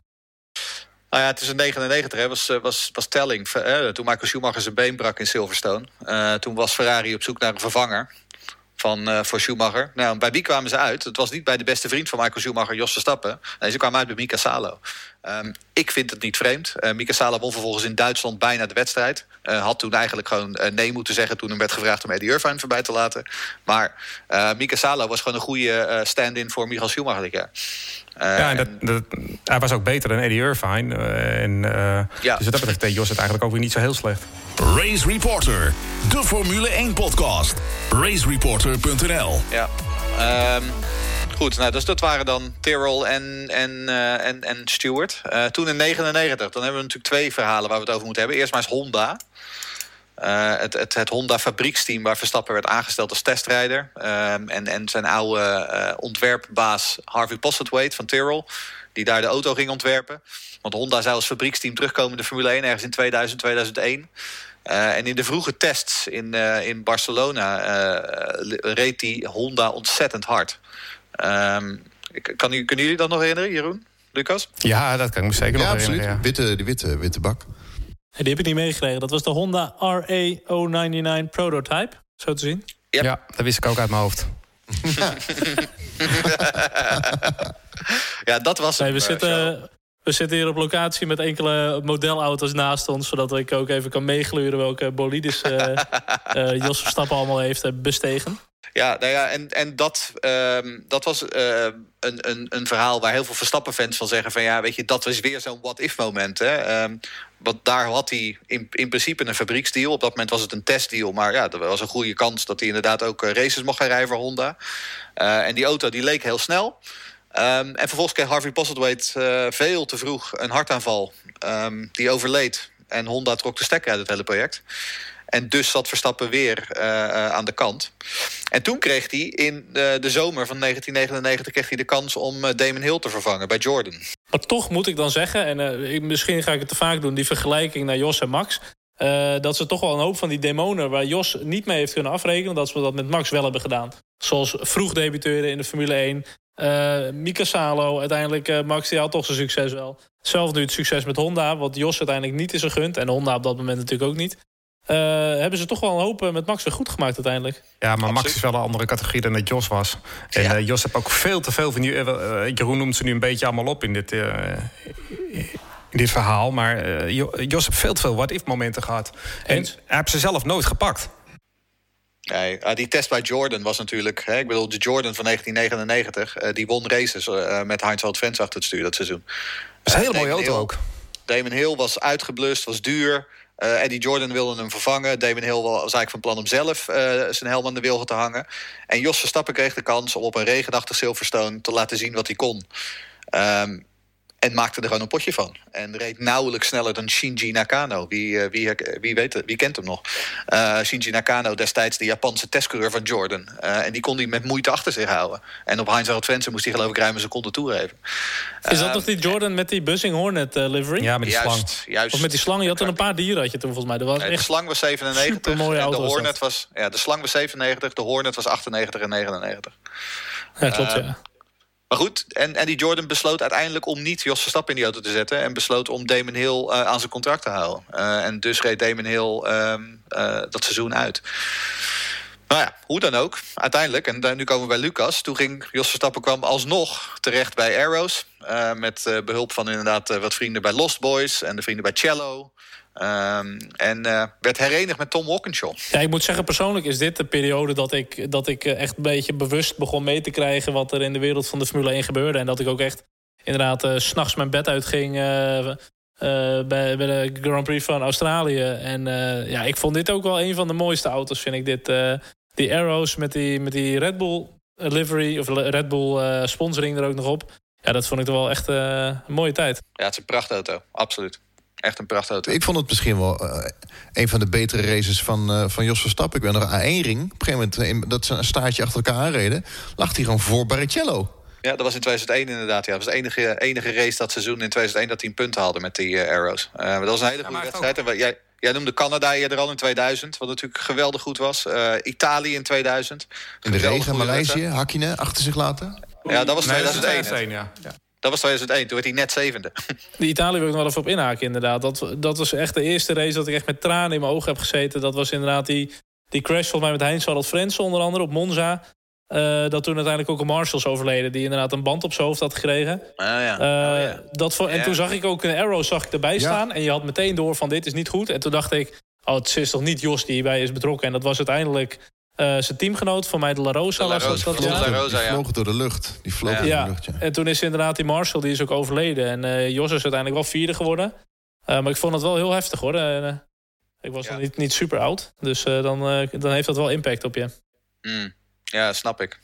Nou ja, tussen negenennegentig hè, was, was, was telling. Uh, toen Michael Schumacher zijn been brak in Silverstone. Uh, toen was Ferrari op zoek naar een vervanger. Van, uh, voor Schumacher. Nou, bij wie kwamen ze uit? Het was niet bij de beste vriend van Michael Schumacher, Jos Verstappen. Nee, ze kwamen uit bij Mika Salo. Um, ik vind het niet vreemd. Uh, Mika Salo won vervolgens in Duitsland bijna de wedstrijd. Uh, had toen eigenlijk gewoon uh, nee moeten zeggen... toen hem werd gevraagd om Eddie Irvine voorbij te laten. Maar uh, Mika Salo was gewoon een goede uh, stand-in voor Michael Schumacher dit jaar. Uh, ja, en dat, dat, hij was ook beter dan Eddie Irvine. Uh, en, uh, ja. Dus dat betreft deed Jos het eigenlijk ook weer niet zo heel slecht. Race Reporter, de Formule één podcast. race reporter punt n l. Ja, um, goed. Nou, dus dat waren dan Tyrrell en, en, uh, en, en Stewart. Uh, toen in negenennegentig, dan hebben we natuurlijk twee verhalen waar we het over moeten hebben. Eerst maar eens Honda. Uh, het, het, het Honda fabrieksteam waar Verstappen werd aangesteld als testrijder. Um, en, en zijn oude uh, ontwerpbaas Harvey Postlethwaite van Tyrrell, die daar de auto ging ontwerpen. Want Honda zou als fabrieksteam terugkomen in de Formule één ergens in tweeduizend, tweeduizend één. Uh, en in de vroege tests in, uh, in Barcelona uh, reed die Honda ontzettend hard. Um, kan u, kunnen jullie dat nog herinneren, Jeroen? Lucas? Ja, dat kan ik me zeker ja, nog absoluut. herinneren. Ja. Witte, die witte, witte bak. Die heb ik niet meegekregen. Dat was de Honda R A O negenennegentig prototype, zo te zien. Yep. Ja, dat wist ik ook uit mijn hoofd. Ja, dat was nee, we, zitten, we zitten hier op locatie met enkele modelauto's naast ons... zodat ik ook even kan meegluren welke bolides uh, uh, Jos Verstappen allemaal heeft uh, bestegen. Ja, nou ja, en, en dat, um, dat was uh, een, een, een verhaal waar heel veel Verstappen-fans van zeggen... van ja, weet je, dat was weer zo'n what-if-moment, hè. Um, want daar had hij in, in principe een fabrieksdeal. Op dat moment was het een testdeal. Maar ja, er was een goede kans dat hij inderdaad ook uh, races mocht gaan rijden voor Honda. Uh, en die auto die leek heel snel. Um, en vervolgens kreeg Harvey Postlethwaite uh, veel te vroeg een hartaanval. Um, die overleed. En Honda trok de stekker uit het hele project. En dus zat Verstappen weer uh, uh, aan de kant. En toen kreeg hij in uh, de zomer van negentien negenennegentig... kreeg hij de kans om uh, Damon Hill te vervangen bij Jordan. Maar toch moet ik dan zeggen, en uh, misschien ga ik het te vaak doen... die vergelijking naar Jos en Max... Uh, dat ze toch wel een hoop van die demonen waar Jos niet mee heeft kunnen afrekenen... dat ze dat met Max wel hebben gedaan. Zoals vroeg debuteren in de Formule één. Uh, Mika Salo, uiteindelijk uh, Max die had toch zijn succes wel. Zelf nu het succes met Honda, wat Jos uiteindelijk niet is gegund. En Honda op dat moment natuurlijk ook niet. Uh, hebben ze toch wel een hoop met Max weer goed gemaakt uiteindelijk. Ja, maar Absoluut. Max is wel een andere categorie dan dat Jos was. En ja. uh, Jos heeft ook veel te veel van die... Uh, Jeroen noemt ze nu een beetje allemaal op in dit, uh, in dit verhaal. Maar uh, Jos heeft veel te veel what-if momenten gehad. En Eens? hij heeft ze zelf nooit gepakt. Nee, uh, die test bij Jordan was natuurlijk... Hè, ik bedoel, de Jordan van negentien negenennegentig... Uh, die won races uh, met Heinz Holt-Frenz achter het stuur dat seizoen. Dat is een hele uh, mooie auto Hill, ook. Damon Hill was uitgeblust, was duur... Uh, Eddie Jordan wilde hem vervangen. Damon Hill was eigenlijk van plan om zelf uh, zijn helm aan de wilgen te hangen. En Jos Verstappen kreeg de kans om op een regenachtig Silverstone te laten zien wat hij kon. Um, En maakte er gewoon een potje van. En reed nauwelijks sneller dan Shinji Nakano. Wie, uh, wie, wie, weet het, wie kent hem nog? Uh, Shinji Nakano, destijds de Japanse testcoureur van Jordan. Uh, en die kon hij met moeite achter zich houden. En op Heinz Harald Frentzen moest hij geloof ik ruim een seconde toegeven. Is dat uh, nog die Jordan met die Buzzing Hornet uh, livery? Ja, met die juist, slang. Juist. Of met die slang? Je had er een paar dieren had je toen volgens mij. Dat was Nee, echt de slang was zevenennegentig. supermooie en auto de was Hornet dat. was, ja, de slang was zevenennegentig, de Hornet was achtennegentig en negenennegentig. Ja, klopt, Uh, ja. Maar goed, en, en die Jordan besloot uiteindelijk om niet Jos Verstappen in die auto te zetten. En besloot om Damon Hill uh, aan zijn contract te houden. Uh, en dus reed Damon Hill um, uh, dat seizoen uit. Nou ja, hoe dan ook. Uiteindelijk, en uh, nu komen we bij Lucas. Toen ging Jos Verstappen kwam alsnog terecht bij Arrows. Uh, met uh, behulp van inderdaad uh, wat vrienden bij Lost Boys. En de vrienden bij Cello. Um, en uh, werd herenigd met Tom Walkinshaw. Ja, ik moet zeggen, persoonlijk is dit de periode dat ik, dat ik echt een beetje bewust begon mee te krijgen wat er in de wereld van de Formule één gebeurde. En dat ik ook echt inderdaad uh, 's nachts mijn bed uitging uh, uh, bij, bij de Grand Prix van Australië. En uh, ja, ik vond dit ook wel een van de mooiste auto's, vind ik dit. Uh, die Arrows met die, met die Red Bull livery, of Red Bull uh, sponsoring er ook nog op. Ja, dat vond ik toch wel echt uh, een mooie tijd. Ja, het is een prachtauto, absoluut. Echt een prachtauto. Ik vond het misschien wel uh, een van de betere races van, uh, van Jos Verstappen. Ik ben nog A één ring. Op een gegeven moment, in, dat ze een staartje achter elkaar aanreden, lag hij gewoon voor Barrichello. Ja, dat was in tweeduizend één inderdaad. Ja. Dat was de enige, enige race dat seizoen in tweeduizend één dat hij een punt haalde met die uh, Arrows. Uh, maar dat was een hele goede ja, wedstrijd. En jij, jij noemde Canada eerder al in tweeduizend, wat natuurlijk geweldig goed was. Uh, Italië in tweeduizend. In de regen, Maleisië, Hakkinen achter zich laten. Ja, dat was nee, tweeduizend één. Dat was tweeduizend één, ja. ja. Dat was tweeduizend één, toen werd hij net zevende. Die Italië wil ik nog wel even op inhaken, inderdaad. Dat, dat was echt de eerste race dat ik echt met tranen in mijn ogen heb gezeten. Dat was inderdaad die, die crash volgens mij met Heinz Harald Frentzen onder andere op Monza. Uh, dat toen uiteindelijk ook een Marshall is overleden, die inderdaad een band op zijn hoofd had gekregen. Oh ja. Uh, oh ja. dat voor, en ja. toen zag ik ook een Arrow zag ik erbij staan. Ja. En je had meteen door van dit is niet goed. En toen dacht ik, oh, het is toch niet Jos die hierbij is betrokken. En dat was uiteindelijk uh, zijn teamgenoot, van mij de La Rosa. De La Rosa, was dat, ja. ja. La Rosa, die ja. vloog door de lucht. Die vloog ja. door ja. de lucht, ja. En toen is inderdaad die Marshall, die is ook overleden. En uh, Jos is uiteindelijk wel vierde geworden. Uh, maar ik vond het wel heel heftig, hoor. Uh, ik was ja. nog niet, niet super oud. Dus uh, dan, uh, dan heeft dat wel impact op je. Mm. Ja, snap ik.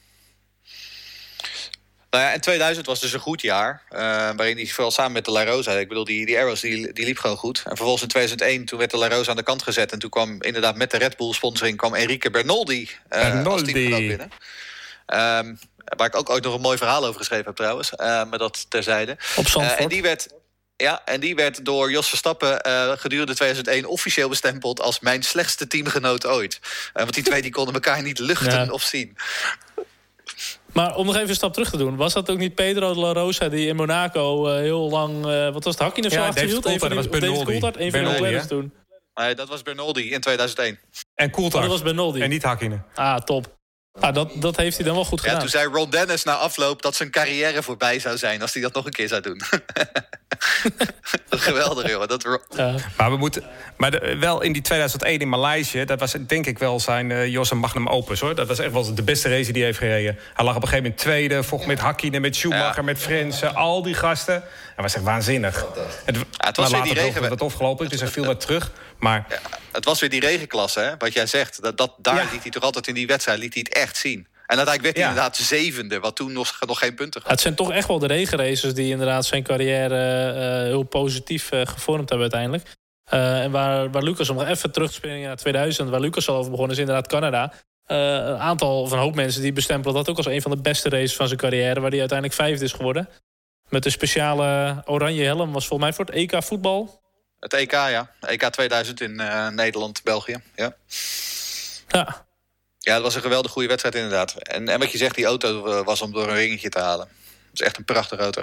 Nou ja, en tweeduizend was dus een goed jaar. Uh, waarin hij vooral samen met de La Rosa... Ik bedoel, die, die Arrows die, die liep gewoon goed. En vervolgens in tweeduizend één, toen werd de La Rosa aan de kant gezet. En toen kwam inderdaad met de Red Bull sponsoring... kwam Enrique Bernoldi, uh, Bernoldi. als teamgenoot binnen. Um, waar ik ook ooit nog een mooi verhaal over geschreven heb trouwens. Uh, maar dat terzijde. Op Zandvoort. Uh, en die werd... Ja, en die werd door Jos Verstappen uh, gedurende tweeduizend één officieel bestempeld als mijn slechtste teamgenoot ooit. Uh, want die twee die konden elkaar niet luchten ja. of zien. Maar om nog even een stap terug te doen, was dat ook niet Pedro de La Rosa die in Monaco uh, heel lang, uh, wat was het, Hakkie of zo ja, achterhield? David Coulthard, dat was Bernoldi. David Coulthard, een van de Leclerc's toen. Nee, dat was Bernoldi in tweeduizend één. En Coulthard. Oh, dat was Bernoldi. En niet Hakkinen. Ah, top. Ah, dat, dat heeft hij dan wel goed gedaan. Ja, toen zei Ron Dennis na afloop dat zijn carrière voorbij zou zijn als hij dat nog een keer zou doen. Geweldig, joh. Dat... Ja. Maar we moeten, maar de, wel in die tweeduizend één in Maleisië, dat was denk ik wel zijn uh, Jos magnum opus, hoor. Dat was echt wel de beste race die hij heeft gereden. Hij lag op een gegeven moment tweede, vocht met Hakkinen, met Schumacher, ja. met Frentzen, al die gasten. Dat was echt waanzinnig. Het, ja, het was weer die regen. Het afgelopen, dus hij viel wat terug. Maar ja, het was weer die regenklasse, hè? Wat jij zegt. Dat, dat, daar ja. liet hij toch altijd in die wedstrijd liet hij het echt zien. En uiteindelijk werd hij ja. inderdaad zevende, wat toen nog, nog geen punten had. Het zijn toch echt wel de regenraces die inderdaad zijn carrière uh, heel positief uh, gevormd hebben uiteindelijk. Uh, en waar, waar Lucas, om nog even terug te springen naar tweeduizend, waar Lucas al over begonnen, is inderdaad Canada. Uh, een aantal van een hoop mensen die bestempelen dat ook als een van de beste races van zijn carrière, waar hij uiteindelijk vijfde is geworden. Met de speciale oranje helm was volgens mij voor het E K voetbal. Het E K, ja. E K tweeduizend in uh, Nederland, België. Ja. Ja. Ja, dat was een geweldig goede wedstrijd inderdaad. En, en wat je zegt, die auto uh, was om door een ringetje te halen. Dat is echt een prachtige auto. Um,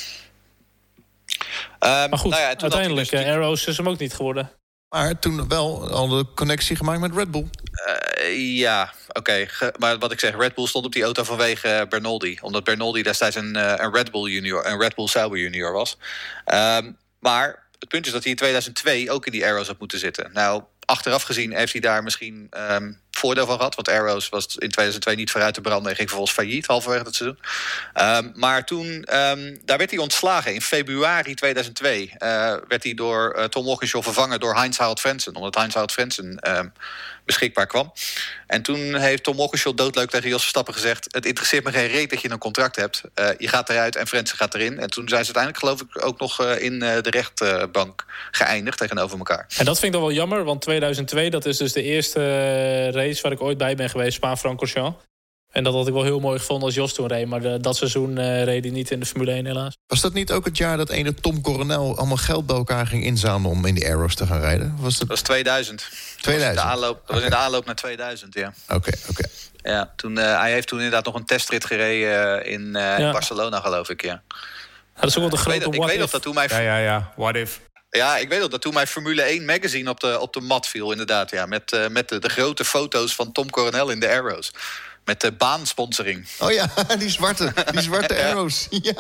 maar goed, nou ja, uiteindelijk, dus... Arrows is hem ook niet geworden. Maar toen wel al de connectie gemaakt met Red Bull. Uh, ja, oké. Okay. Maar wat ik zeg, Red Bull stond op die auto vanwege uh, Bernoldi. Omdat Bernoldi destijds een, uh, een Red Bull junior, een Red Bull Sauber junior was. Um, maar het punt is dat hij in tweeduizend twee ook in die Arrows had moeten zitten. Nou, achteraf gezien heeft hij daar misschien um, voordeel van gehad. Want Arrows was in tweeduizend twee niet vooruit te branden en ging vervolgens failliet halverwege het seizoen. Um, maar toen, um, daar werd hij ontslagen. In februari tweeduizend twee uh, werd hij door uh, Tom Walkinshaw vervangen door Heinz-Harald Frentzen. Omdat Heinz-Harald Frentzen um, beschikbaar kwam. En toen heeft Tom Walkinshaw doodleuk tegen Jos Verstappen gezegd: het interesseert me geen reet dat je een contract hebt. Uh, je gaat eruit en Frentzen gaat erin. En toen zijn ze uiteindelijk geloof ik ook nog uh, in uh, de rechtbank geëindigd tegenover elkaar. En dat vind ik dan wel jammer, want tweeduizend twee, dat is dus de eerste uh, race waar ik ooit bij ben geweest, Spa-Francorchamps. En dat had ik wel heel mooi gevonden als Jos toen reed. Maar de, dat seizoen uh, reed hij niet in de Formule één helaas. Was dat niet ook het jaar dat ene Tom Coronel allemaal geld bij elkaar ging inzamelen om in die Arrows te gaan rijden? Was dat... dat was tweeduizend. tweeduizend? Dat was in de aanloop, dat okay. was in de aanloop naar tweeduizend, ja. Oké, okay, oké. Okay. Ja, toen, uh, hij heeft toen inderdaad nog een testrit gereden in, uh, ja. in Barcelona, geloof ik, ja. ja dat is ook wel de grote uh, ik weet, ik weet nog dat toen mijn... Ja, ja, ja. What if... Ja, ik weet nog dat toen mijn Formule één magazine op de, op de mat viel, inderdaad. Ja, met uh, met de, de grote foto's van Tom Coronel in de Arrows. Met de baansponsoring. Oh ja, die zwarte, die zwarte ja. Arrows. Ja,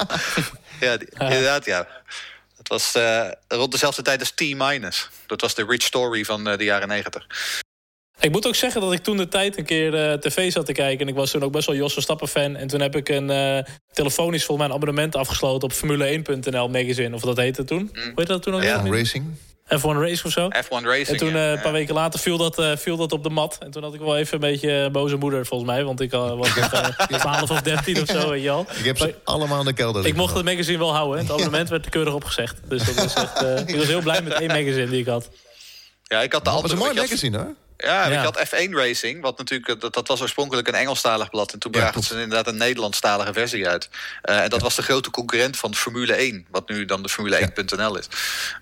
ja die, inderdaad, ja. Dat was uh, rond dezelfde tijd als T-Minus. Dat was de Rich Story van uh, de jaren negentig. Ik moet ook zeggen dat ik toen de tijd een keer uh, tv zat te kijken. En ik was toen ook best wel Jos Verstappen fan. En toen heb ik een uh, telefonisch volgens mij een abonnement afgesloten op Formule één punt n l magazine. Of dat heette toen. Mm. Hoe heet dat toen ook? Ja, Racing. F één Race of zo. F één Racing, En toen, uh, ja. een paar weken later, viel dat, uh, viel dat op de mat. En toen had ik wel even een beetje uh, boze moeder, volgens mij. Want ik uh, was uh, twaalf of dertien of zo, weet je al. Ik heb ze maar, allemaal in de kelder. Ik mocht het magazine wel houden. Hè. Het abonnement werd keurig opgezegd. Dus dat was echt, uh, ik was heel blij met één magazine die ik had. Ja, ik had de dat andere... was een mooi magazine, hoor. Ja, ja. je had F één Racing, wat natuurlijk dat, dat was oorspronkelijk een Engelstalig blad. En toen brachten ja, ze inderdaad een Nederlandstalige versie uit. Uh, en dat ja. was de grote concurrent van Formule één, wat nu dan de Formule één punt n l is.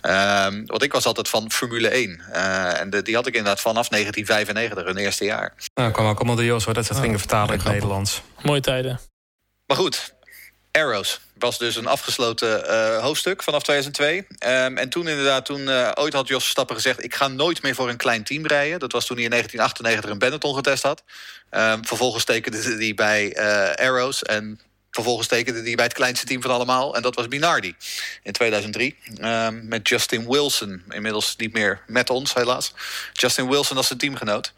Um, want ik was altijd van Formule één. Uh, en de, die had ik inderdaad vanaf negentien vijfennegentig, hun eerste jaar. Nou, kwam ook allemaal de Jos, hoor, dat ze het oh, gingen vertalen in het Nederlands. Mooie tijden. Maar goed, Arrows was dus een afgesloten uh, hoofdstuk vanaf tweeduizend twee. Um, en toen inderdaad, toen uh, ooit had Jos Verstappen gezegd: ik ga nooit meer voor een klein team rijden. Dat was toen hij in negentien achtennegentig een Benetton getest had. Um, vervolgens tekende hij bij uh, Arrows en vervolgens tekende hij bij het kleinste team van allemaal. En dat was Minardi in tweeduizend drie. Um, met Justin Wilson, inmiddels niet meer met ons helaas. Justin Wilson als zijn teamgenoot.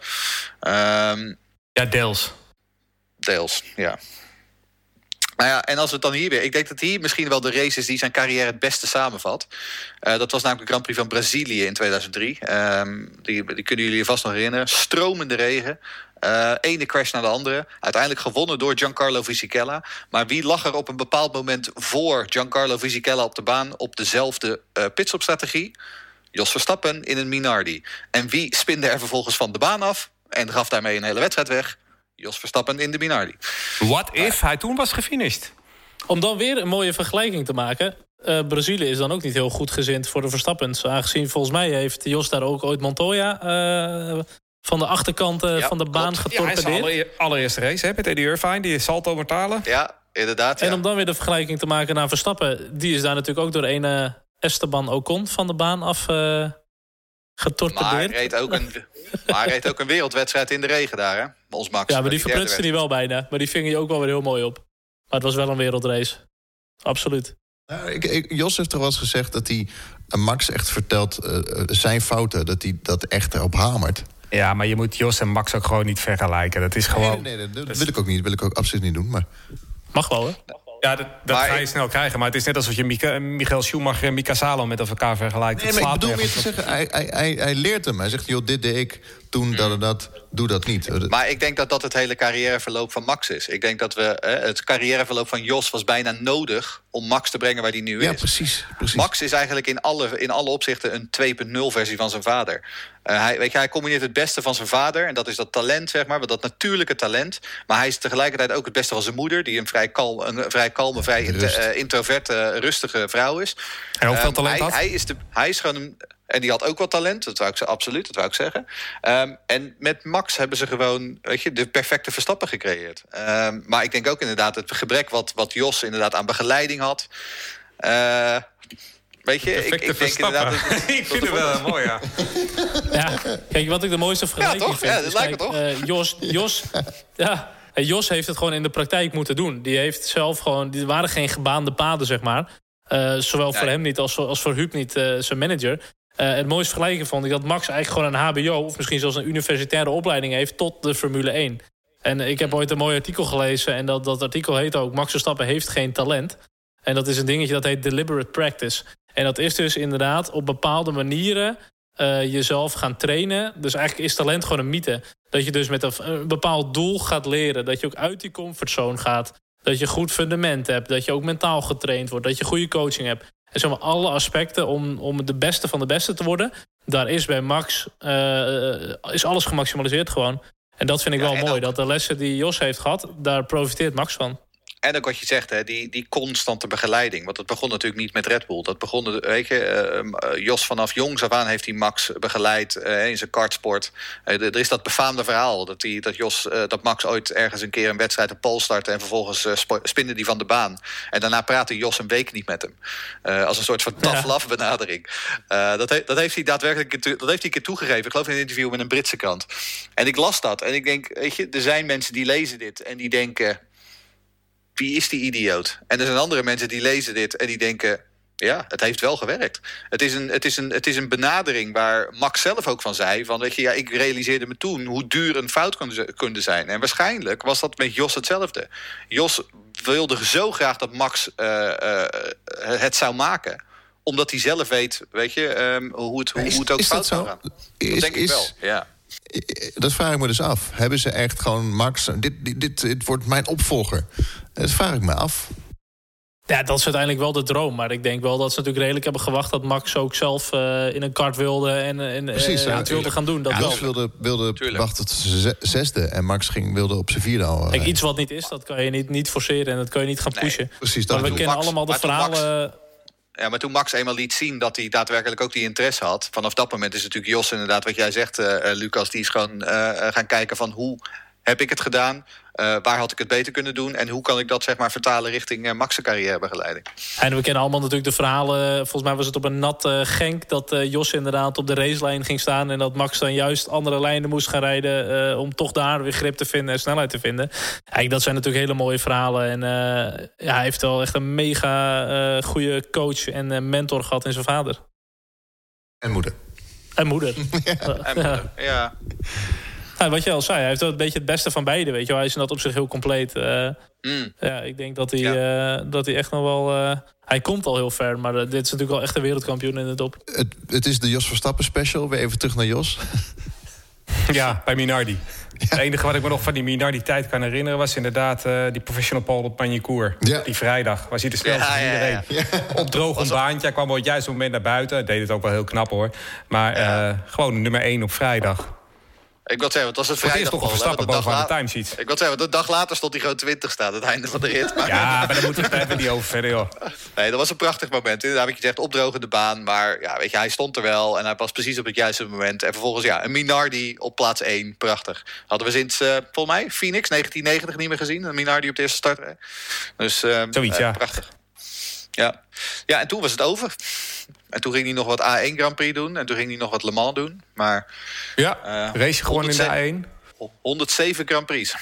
Um, ja, deels. Deels, ja. Nou ja, en als we het dan hier weer... Ik denk dat hier misschien wel de race is die zijn carrière het beste samenvat. Uh, dat was namelijk de Grand Prix van Brazilië in tweeduizend drie. Um, die, die kunnen jullie je vast nog herinneren. Stromende regen. Uh, ene crash naar de andere. Uiteindelijk gewonnen door Giancarlo Fisichella. Maar wie lag er op een bepaald moment voor Giancarlo Fisichella op de baan op dezelfde uh, pitstopstrategie? Jos Verstappen in een Minardi. En wie spinde er vervolgens van de baan af en gaf daarmee een hele wedstrijd weg? Jos Verstappen in de Minardi. What if hij toen was gefinished? Om dan weer een mooie vergelijking te maken. Uh, Brazilië is dan ook niet heel goed gezind voor de Verstappens. Aangezien volgens mij heeft Jos daar ook ooit Montoya uh, van de achterkant uh, ja, van de baan getorpedeerd. Ja, hij is de allereerste race hè, met Eddie Irvine, die salto mortale. Ja, inderdaad. Ja. En om dan weer de vergelijking te maken naar Verstappen. Die is daar natuurlijk ook door een uh, Esteban Ocon van de baan af uh, getorpedeerd. Maar hij reed ook een, maar hij reed ook een wereldwedstrijd in de regen daar, hè? Ons Max. Ja, maar die verprutste hij wel bijna. Maar die ving je ook wel weer heel mooi op. Maar het was wel een wereldrace. Absoluut. Nou, ik, ik, Jos heeft toch wel eens gezegd dat hij Max echt vertelt uh, zijn fouten. Dat hij dat echt erop hamert. Ja, maar je moet Jos en Max ook gewoon niet vergelijken. Dat is gewoon... Nee, nee, nee, dat dat wil ik ook niet. Dat wil ik ook absoluut niet doen. Maar... Mag wel, hè? Ja, dat, dat ga je ik... snel krijgen. Maar het is net alsof je Mika, Michael Schumacher en Mika Salo met elkaar vergelijkt. Nee, maar ik bedoel meer te zeggen, hij, hij, hij, hij leert hem. Hij zegt, joh, dit deed ik, toen hmm. dat en dat, doe dat niet. Maar ik denk dat dat het hele carrièreverloop van Max is. Ik denk dat we eh, het carrièreverloop van Jos was bijna nodig om Max te brengen waar hij nu ja, is. Precies, precies. Max is eigenlijk in alle, in alle opzichten een twee punt nul versie van zijn vader. Uh, hij, weet je, hij combineert het beste van zijn vader. En dat is dat talent, zeg maar. Dat natuurlijke talent. Maar hij is tegelijkertijd ook het beste van zijn moeder. Die een vrij, kalm, een vrij kalme, vrij uh, introverte, rustige vrouw is. En ook veel um, talent hij, had? Hij is, de, hij is gewoon een... En die had ook wat talent, dat wou ik zeggen, absoluut, dat wou ik zeggen. Um, en met Max hebben ze gewoon, weet je, de perfecte Verstappen gecreëerd. Um, maar ik denk ook inderdaad het gebrek wat, wat Jos inderdaad aan begeleiding had. Uh, weet je, ik, ik denk inderdaad... Dat, dat, ik vind het wel mooi, ja. Ja, kijk, wat ik de mooiste vergelijking ja, toch? vind... Ja, dat lijkt me toch? Uh, Jos, Jos, ja, Jos heeft het gewoon in de praktijk moeten doen. Die heeft zelf gewoon... Er waren geen gebaande paden, zeg maar. Uh, zowel nee. voor hem niet als, als voor Huub niet, uh, zijn manager. Uh, het mooiste vergelijking vond ik dat Max eigenlijk gewoon een H B O... of misschien zelfs een universitaire opleiding heeft tot de Formule één. En ik heb ooit een mooi artikel gelezen... en dat, dat artikel heet ook... Max Verstappen heeft geen talent. En dat is een dingetje dat heet deliberate practice. En dat is dus inderdaad op bepaalde manieren... Uh, jezelf gaan trainen. Dus eigenlijk is talent gewoon een mythe. Dat je dus met een, een bepaald doel gaat leren. Dat je ook uit die comfortzone gaat. Dat je goed fundament hebt. Dat je ook mentaal getraind wordt. Dat je goede coaching hebt. En zomaar alle aspecten om, om de beste van de beste te worden. Daar is bij Max uh, is alles gemaximaliseerd gewoon. En dat vind ik ja, wel mooi. Ook... dat de lessen die Jos heeft gehad, daar profiteert Max van. En ook wat je zegt, hè, die, die constante begeleiding. Want het begon natuurlijk niet met Red Bull. Dat begon, weet je, uh, Jos vanaf jongs af aan heeft hij Max begeleid uh, in zijn kartsport. Uh, er is dat befaamde verhaal dat, die, dat, Jos, uh, dat Max ooit ergens een keer een wedstrijd een pole startte... en vervolgens uh, spinde die van de baan. En daarna praatte Jos een week niet met hem. Uh, als een soort van tough love benadering. Uh, dat, he, dat heeft hij daadwerkelijk dat heeft hij een keer toegegeven. Ik geloof in een interview met een Britse krant. En ik las dat en ik denk, weet je, er zijn mensen die lezen dit en die denken... wie is die idioot? En er zijn andere mensen die lezen dit en die denken... ja, het heeft wel gewerkt. Het is een, het is een, het is een benadering waar Max zelf ook van zei... van, weet je, ja, ik realiseerde me toen hoe duur een fout kon zijn. En waarschijnlijk was dat met Jos hetzelfde. Jos wilde zo graag dat Max uh, uh, het zou maken... omdat hij zelf weet, weet je, um, hoe, het, hoe, is, hoe het ook is fout zou gaan. Is, dat denk is, ik wel, ja. Dat vraag ik me dus af. Hebben ze echt gewoon Max... dit, dit, dit, dit wordt mijn opvolger. Dat vraag ik me af. Ja, dat is uiteindelijk wel de droom. Maar ik denk wel dat ze natuurlijk redelijk hebben gewacht... dat Max ook zelf uh, in een kart wilde en, en Precies, uh, het wilde gaan doen. Dat ja, Max wilde, wilde wachten tot zijn zesde... en Max ging, wilde op zijn vierde al. Kijk, iets wat niet is, dat kan je niet, niet forceren... en dat kan je niet gaan pushen. Nee, precies, dat maar we kennen Max, allemaal de verhalen... Max, ja, maar toen Max eenmaal liet zien dat hij daadwerkelijk ook die interesse had... vanaf dat moment is natuurlijk Jos inderdaad wat jij zegt, uh, Lucas... die is gewoon uh, gaan kijken van hoe heb ik het gedaan... Uh, waar had ik het beter kunnen doen... en hoe kan ik dat zeg maar vertalen richting uh, Max' carrièrebegeleiding. En we kennen allemaal natuurlijk de verhalen... volgens mij was het op een nat uh, Genk... dat uh, Jos inderdaad op de racelijn ging staan... en dat Max dan juist andere lijnen moest gaan rijden... Uh, om toch daar weer grip te vinden en snelheid te vinden. Eigenlijk, dat zijn natuurlijk hele mooie verhalen. En uh, ja, hij heeft wel echt een mega uh, goede coach en uh, mentor gehad in zijn vader. En moeder. En moeder. ja. En moeder, ja. Ja, wat je al zei, hij heeft wel een beetje het beste van beide. Weet je wel. Hij is in dat op zich heel compleet. Uh, mm. Ja, ik denk dat hij, ja. uh, dat hij echt nog wel... Uh, hij komt al heel ver, maar uh, dit is natuurlijk wel echt een wereldkampioen in de top. Het, het is de Jos Verstappen special. Weer even terug naar Jos. Ja, bij Minardi. Ja. Het enige wat ik me nog van die Minardi-tijd kan herinneren... was inderdaad uh, die professional pole op Magny-Cours. Ja. Die vrijdag was hij de snelste van ja, ja, iedereen. Ja, ja. Op droog een baantje. Hij kwam op het juiste moment naar buiten. Hij deed het ook wel heel knap, hoor. Maar ja. uh, gewoon nummer één op vrijdag. Ik wil zeggen, het was het vrijdag toch een Verstappen bovenaan de timesheet. Ik wil zeggen, de dag later stond hij gewoon twintig staan, het einde van de rit. Maar... Ja, maar dan moet ik het niet over verder, joh. Nee, dat was een prachtig moment. Inderdaad, wat je zegt, opdrogende baan. Maar ja, weet je, hij stond er wel en hij was precies op het juiste moment. En vervolgens, ja, een Minardi op plaats één. Prachtig. Hadden we sinds, uh, volgens mij, Phoenix negentien negentig niet meer gezien. Een Minardi op de eerste start. Dus, uh, Zoiets, uh, ja. Prachtig. Ja. Ja, en toen was het over. En toen ging hij nog wat A één Grand Prix doen. En toen ging hij nog wat Le Mans doen. Maar, ja, uh, race gewoon in de A één. honderdzeven Grand Prix.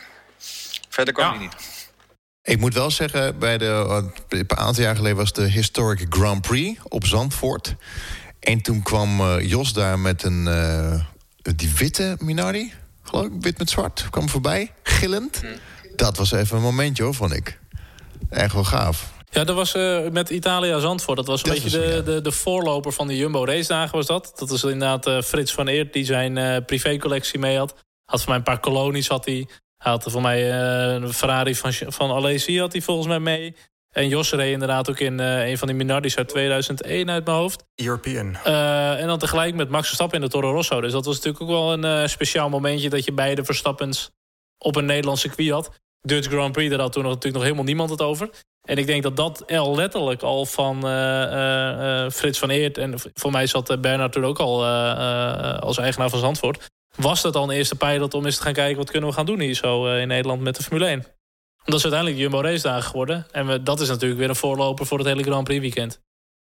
Verder kwam ja. hij niet. Ik moet wel zeggen, bij de, een aantal jaar geleden was de Historic Grand Prix op Zandvoort. En toen kwam uh, Jos daar met een uh, die witte Minardi, geloof ik, wit met zwart, kwam voorbij, gillend. Hm. Dat was even een momentje, hoor, vond ik. Echt wel gaaf. Ja, dat was uh, met Italia Zandvoort. Dat was een dat beetje was, de, ja. de, de voorloper van de Jumbo race dagen was dat. Dat was inderdaad uh, Frits van Eert die zijn uh, privécollectie mee had. Had voor mij een paar kolonies had hij. Hij had voor mij uh, een Ferrari van, van Alesi had hij volgens mij mee. En Jos reed inderdaad ook in uh, een van die Minardis uit tweeduizend één uit mijn hoofd. European. Uh, en dan tegelijk met Max Verstappen in de Toro Rosso. Dus dat was natuurlijk ook wel een uh, speciaal momentje dat je beide Verstappens op een Nederlands circuit had. Dutch Grand Prix, daar had toen nog, natuurlijk nog helemaal niemand het over. En ik denk dat dat al letterlijk al van uh, uh, Frits van Eert... en voor mij zat Bernard toen ook al uh, uh, als eigenaar van Zandvoort... was dat al een eerste pilot om eens te gaan kijken... wat kunnen we gaan doen hier zo uh, in Nederland met de Formule één. Dat is uiteindelijk de Jumbo race dagen geworden. En we, dat is natuurlijk weer een voorloper voor het hele Grand Prix weekend.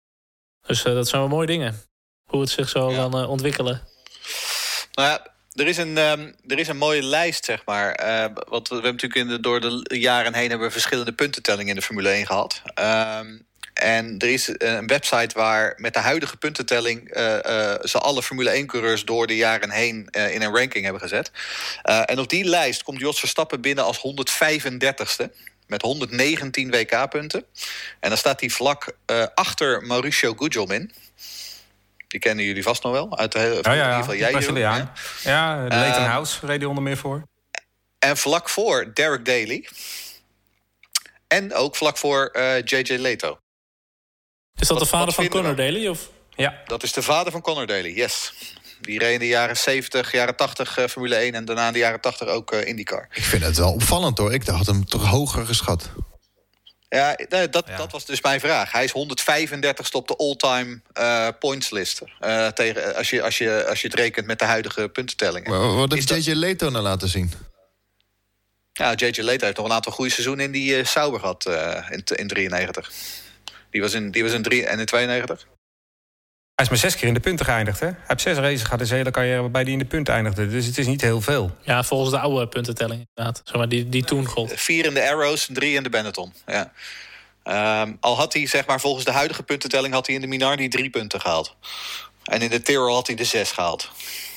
Dus uh, dat zijn wel mooie dingen. Hoe het zich zo ja. kan uh, ontwikkelen. Nou ja... Er is, een, um, er is een mooie lijst, zeg maar. Uh, want we hebben natuurlijk in de, door de jaren heen... hebben we verschillende puntentellingen in de Formule één gehad. Um, En er is een website waar met de huidige puntentelling... Uh, uh, ze alle Formule één-coureurs door de jaren heen uh, in een ranking hebben gezet. Uh, en op die lijst komt Jos Verstappen binnen als honderdvijfendertigste... met honderddegentien W K-punten. En dan staat hij vlak uh, achter Mauricio Gugelmin. Die kennen jullie vast nog wel. Uit de hele, ja, ja, in ieder geval jij, Braziliaan. Ja, ja Leighton uh, House reed hij onder meer voor. En vlak voor Derek Daly... En ook vlak voor uh, J J Leto. Is dat wat, de vader van Conor Daly? Of? Ja, dat is de vader van Conor Daly, yes. Die reed in de jaren zeventig, jaren tachtig uh, Formule één... en daarna in de jaren tachtig ook uh, IndyCar. Ik vind het wel opvallend, hoor. Ik had hem toch hoger geschat. Ja, nee, dat, ja. dat was dus mijn vraag. Hij is honderdvijfendertigste op de all-time uh, pointslist. Uh, tegen, als, je, als, je, als je het rekent met de huidige puntentellingen. Maar wat heeft J J dat... Leto nou laten zien? Ja, J J Leto heeft nog een aantal goede seizoenen in die uh, Sauber gehad uh, in, in drieënnegentig. Die was in, die was in, drie, en in tweeënnegentig. Hij is maar zes keer in de punten geëindigd, hè? Hij heeft zes races gehad in zijn hele carrière waarbij hij in de punten eindigde. Dus het is niet heel veel. Ja, volgens de oude puntentelling inderdaad. Zeg maar, die, die toen gold. Vier in de Arrows, drie in de Benetton. Ja. Um, al had hij, zeg maar, volgens de huidige puntentelling... had hij in de Minardi drie punten gehaald. En in de Tyrrell had hij de zes gehaald.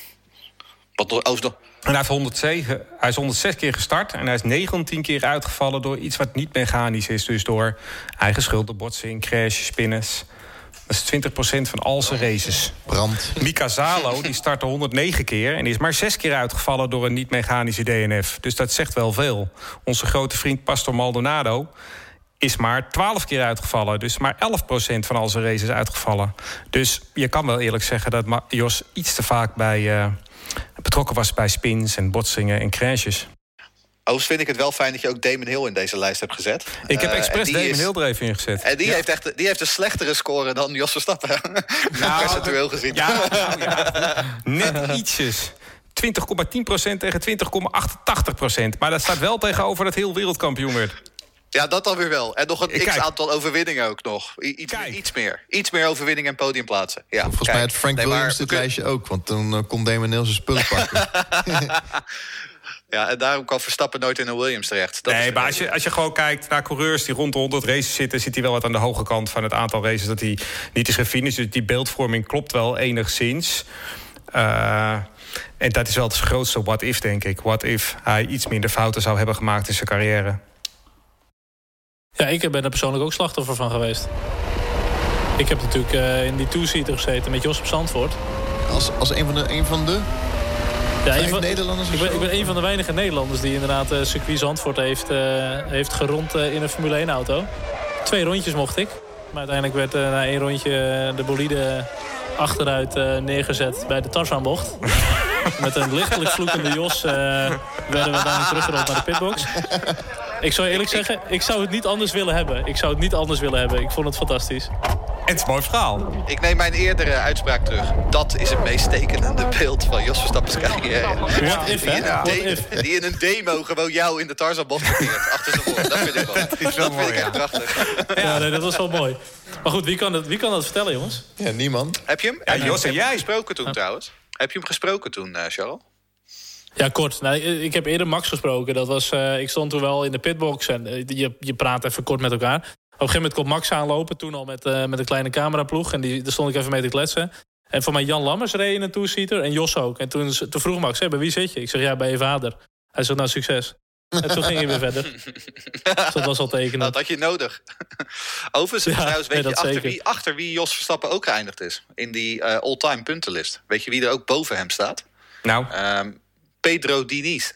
Wat overigens... En hij, heeft honderdzeven, hij is honderdzes keer gestart en hij is negentien keer uitgevallen door iets wat niet mechanisch is. Dus door eigen schuld, door botsing, crash, spinners. Dat is twintig procent van al zijn races. Brand. Mika Salo die startte honderdnegen keer en is maar zes keer uitgevallen door een niet-mechanische D N F. Dus dat zegt wel veel. Onze grote vriend Pastor Maldonado is maar twaalf keer uitgevallen. Dus maar elf procent van al zijn races uitgevallen. Dus je kan wel eerlijk zeggen dat Jos iets te vaak bij... Uh, betrokken was bij spins en botsingen en crashes. Overigens vind ik het wel fijn dat je ook Damon Hill in deze lijst hebt gezet. Ik heb expres uh, Damon is... Hill er even in gezet. En die, ja. heeft echt, die heeft een slechtere score dan Jos Verstappen. Nou, percentueel gezien. Ja, nou, ja. Net ietsjes. twintig komma tien procent tegen twintig komma achtentachtig procent. Maar dat staat wel tegenover dat Hill wereldkampioen werd. Ja, dat dan weer wel. En nog een x-aantal overwinningen ook nog. I- iets, iets meer. Iets meer overwinningen en podiumplaatsen. Ja, volgens kijk. mij had Frank nee, Williams dit kun... lijstje ook. Want toen uh, kon Damon Hill zijn spullen pakken. Ja, en daarom kwam Verstappen nooit in een Williams terecht. Dat nee, maar als je, als je gewoon kijkt naar coureurs die rond de honderd races zitten... zit hij wel wat aan de hoge kant van het aantal races dat hij niet is gefinished. Dus die beeldvorming klopt wel enigszins. Uh, en dat is wel het grootste what-if, denk ik. What if hij iets minder fouten zou hebben gemaakt in zijn carrière. Ja, ik ben er persoonlijk ook slachtoffer van geweest. Ik heb natuurlijk uh, in die two-seater gezeten met Jos op Zandvoort. Als, als een van de... Een van de... Ja, een van, Nederlanders ik ben, ik ben een van de weinige Nederlanders die inderdaad uh, circuit Zandvoort heeft, uh, heeft gerond uh, in een Formule één-auto. Twee rondjes mocht ik. Maar uiteindelijk werd uh, na één rondje uh, de bolide achteruit uh, neergezet bij de Tarzanbocht. Met een lichtelijk vloekende Jos uh, werden we dan teruggerold naar de pitbox. Ik zou eerlijk zeggen, ik zou het niet anders willen hebben. Ik zou het niet anders willen hebben. Ik vond het fantastisch. Het is een mooi verhaal. Ik neem mijn eerdere uitspraak terug. Dat is het meest tekenende beeld van Jos Verstappen's carrière. What if, die, in What de- if? die in een demo gewoon jou in de Tarzanbocht parkeert. Achter zijn voor. Dat vind ik wel. Dat is wel dat mooi, vind ik echt ja. prachtig. Ja, nee, dat was wel mooi. Maar goed, wie kan dat, wie kan dat vertellen, jongens? Ja, niemand. Heb je hem? Ja, heb je Jos en hem jij. gesproken toen trouwens? Heb je hem gesproken toen, uh, Charles? Ja, kort. Nou, ik heb eerder Max gesproken. Dat was, uh, ik stond toen wel in de pitbox en uh, je, je praat even kort met elkaar. Op een gegeven moment komt Max aanlopen, toen al met, uh, met een kleine cameraploeg. En die, daar stond ik even mee te kletsen. En voor mij Jan Lammers reed in een two-seater en Jos ook. En toen, toen vroeg Max, hey, bij wie zit je? Ik zeg, ja, bij je vader. Hij zegt, nou, succes. En toen ging hij weer verder. Dus dat was al tekenend. Dat had je nodig. Overigens, Ja, trouwens, weet nee, je dat achter zeker. wie, achter wie Jos Verstappen ook geëindigd is? In die uh, all-time puntenlist. Weet je wie er ook boven hem staat? Nou, Um, Pedro Diniz.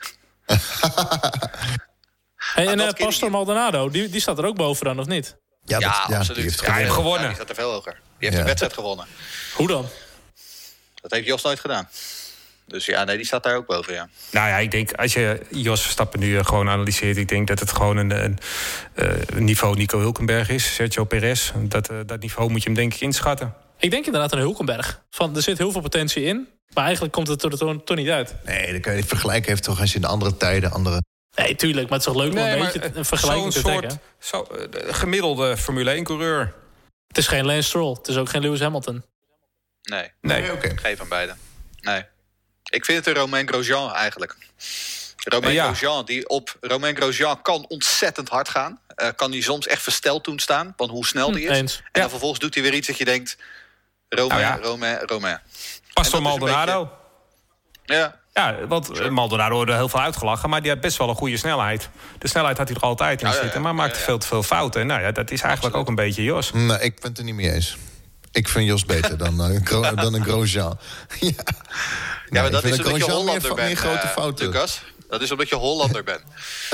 Hey, en dat uh, ken Pastor ik. Maldonado, die, die staat er ook bovenaan, of niet? Ja, Ja, dat, ja, absoluut. die heeft Ja, hij heeft gewonnen. gewonnen. Ja, die staat er veel hoger. Die heeft Ja. een wedstrijd gewonnen. Hoe dan? Dat heeft Jos nooit gedaan. Dus ja, nee, die staat daar ook boven, ja. nou ja, ik denk, als je Jos Verstappen nu uh, gewoon analyseert... ik denk dat het gewoon een, een, uh, een niveau Nico Hülkenberg is, Sergio Perez. Dat, uh, dat niveau moet je hem denk ik inschatten. Ik denk inderdaad aan Hulkenberg. Van, er zit heel veel potentie in, maar eigenlijk komt het er toch, toch niet uit. Nee, dat kan je niet vergelijken. Heeft toch als je in de andere tijden, andere... Nee, tuurlijk, maar het is toch leuk om een beetje maar, een vergelijking zo'n te soort, trekken. zo, uh, gemiddelde Formule één-coureur. Het is geen Lance Stroll, het is ook geen Lewis Hamilton. Nee, Nee, Nee, oké. geen van beide. Nee. Ik vind het een Romain Grosjean eigenlijk. Romain Ja. Grosjean, die op Romain Grosjean kan ontzettend hard gaan. Uh, kan hij soms echt versteld toen staan van hoe snel die is. Eens. En Ja. dan vervolgens doet hij weer iets dat je denkt... Romain, Nou ja. Romain, Romain. Pastor Maldonado. Beetje, ja. Ja, want uh, Maldonado wordt er heel veel uitgelachen, maar die had best wel een goede snelheid. De snelheid had hij er altijd in Ja, ja, zitten, ja. maar maakte Ja, ja. veel te veel fouten. Nou ja, dat is eigenlijk Absoluut. ook een beetje Jos. Nee, ik ben het er niet mee eens. Ik vind Jos beter dan, uh, Gro- dan een Grosjean. ja. Ja, Nee, maar dat ik vind is een omdat je Grosjean Hollander meer, bent, meer grote uh, fouten. Lucas. Dat is omdat je Hollander bent.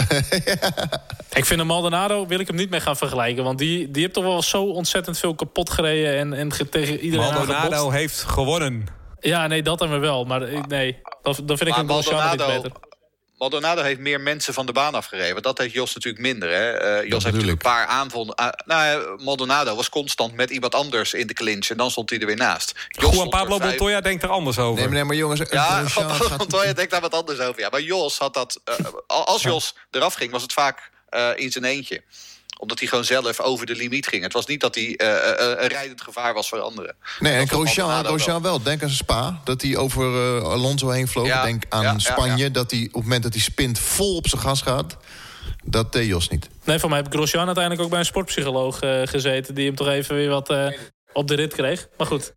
Ik vind een Maldonado, wil ik hem niet mee gaan vergelijken. Want die, die heeft toch wel zo ontzettend veel kapot gereden. En, en ge- tegen iedereen Maldonado aangebotst. heeft gewonnen. Ja, nee, dat dan weer wel. Maar ik- nee, dan, dan vind ik Maar een Grosjean iets Maldonado, beter. Maldonado heeft meer mensen van de baan afgereden. Want dat heeft Jos natuurlijk minder. Hè? Uh, Jos heeft bedoel natuurlijk ik. een paar aanvonden. Uh, nou, ja, Maldonado was constant met iemand anders in de clinch. En dan stond hij er weer naast. Jos Juan stond er Pablo vijf- Montoya denkt er anders over. Nee, maar, nee, maar jongens, een Ja, Grosjean Pablo gaat- Montoya denkt daar wat anders over. Ja, maar Jos had dat... Uh, als Jos eraf ging, was het vaak uh, in zijn eentje. Omdat hij gewoon zelf over de limiet ging. Het was niet dat hij uh, uh, een rijdend gevaar was voor anderen. Nee, en Dat was Grosjean, Maldonado Grosjean wel. Denk aan Spa, dat hij over uh, Alonso heen vloog. Ja, Denk aan ja, ja, Spanje, ja. dat hij op het moment dat hij spint vol op zijn gas gaat. Dat deed Jos niet. Nee, voor mij heb Grosjean uiteindelijk ook bij een sportpsycholoog uh, gezeten... die hem toch even weer wat uh, op de rit kreeg. Maar goed.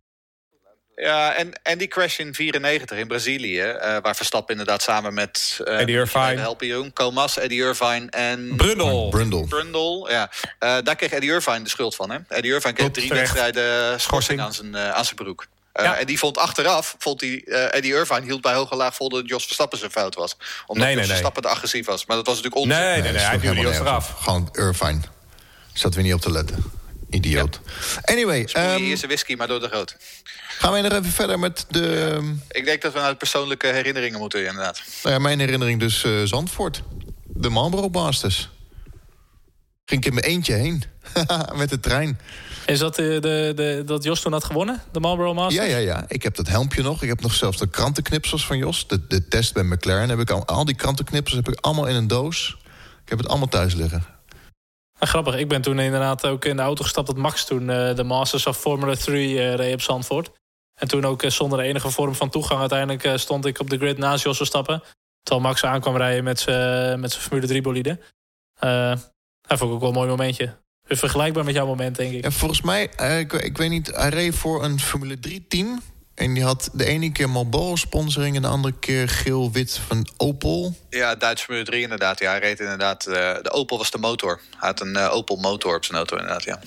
Ja, en, en die crash in vierennegentig in Brazilië... Uh, waar Verstappen inderdaad samen met... Uh, Eddie Irvine. Help je jong. Comas, Eddie Irvine en... Brundle. Brundle. Brundle, ja. Uh, daar kreeg Eddie Irvine de schuld van, hè? Eddie Irvine kreeg Klopt, drie terecht. wedstrijden schorsing Schorsing. aan zijn, uh, aan zijn broek. Uh, Ja. En die vond achteraf, vond hij, uh, Eddie Irvine hield bij hoge laag vol dat Jos Verstappen zijn fout was. Omdat Nee, Jos nee, nee. Verstappen te agressief was. Maar dat was natuurlijk onzin. Nee, nee, nee, dat hij sloeg duwde helemaal Jos nergens eraf. op. Gewoon Irvine. Zat weer niet op te letten. Idioot. Anyway, Spoel je um, eerste whisky maar door de rood. gaan we nog even verder met de... um, Ik denk dat we naar de persoonlijke herinneringen moeten, inderdaad. nou ja, mijn herinnering dus uh, Zandvoort. De Marlboro Masters. Ging ik in mijn eentje heen. met de trein. Is dat de, de, de, dat Jos toen had gewonnen? De Marlboro Masters? Ja, ja, ja. Ik heb dat helmpje nog. Ik heb nog zelfs de krantenknipsels van Jos. De, de test bij McLaren. Heb ik al, al die krantenknipsels heb ik allemaal in een doos. Ik heb het allemaal thuis liggen. Ah, grappig, ik ben toen inderdaad ook in de auto gestapt... dat Max toen uh, de Masters of Formula drie uh, reed op Zandvoort. En toen ook uh, zonder enige vorm van toegang... uiteindelijk uh, stond ik op de grid naast Jos Verstappen. Terwijl Max aankwam rijden met zijn met zijn Formule drie bolide. Uh, dat vond ik ook wel een mooi momentje. Weer vergelijkbaar met jouw moment, denk ik. En volgens mij, uh, ik, ik weet niet... Hij reed voor een Formule drie team. En die had de ene keer Marlboro sponsoring... en de andere keer geel-wit van Opel. Ja, Duits Formule drie inderdaad. Ja, hij reed inderdaad... Uh, de Opel was de motor. Hij had een uh, Opel motor op zijn auto inderdaad, ja.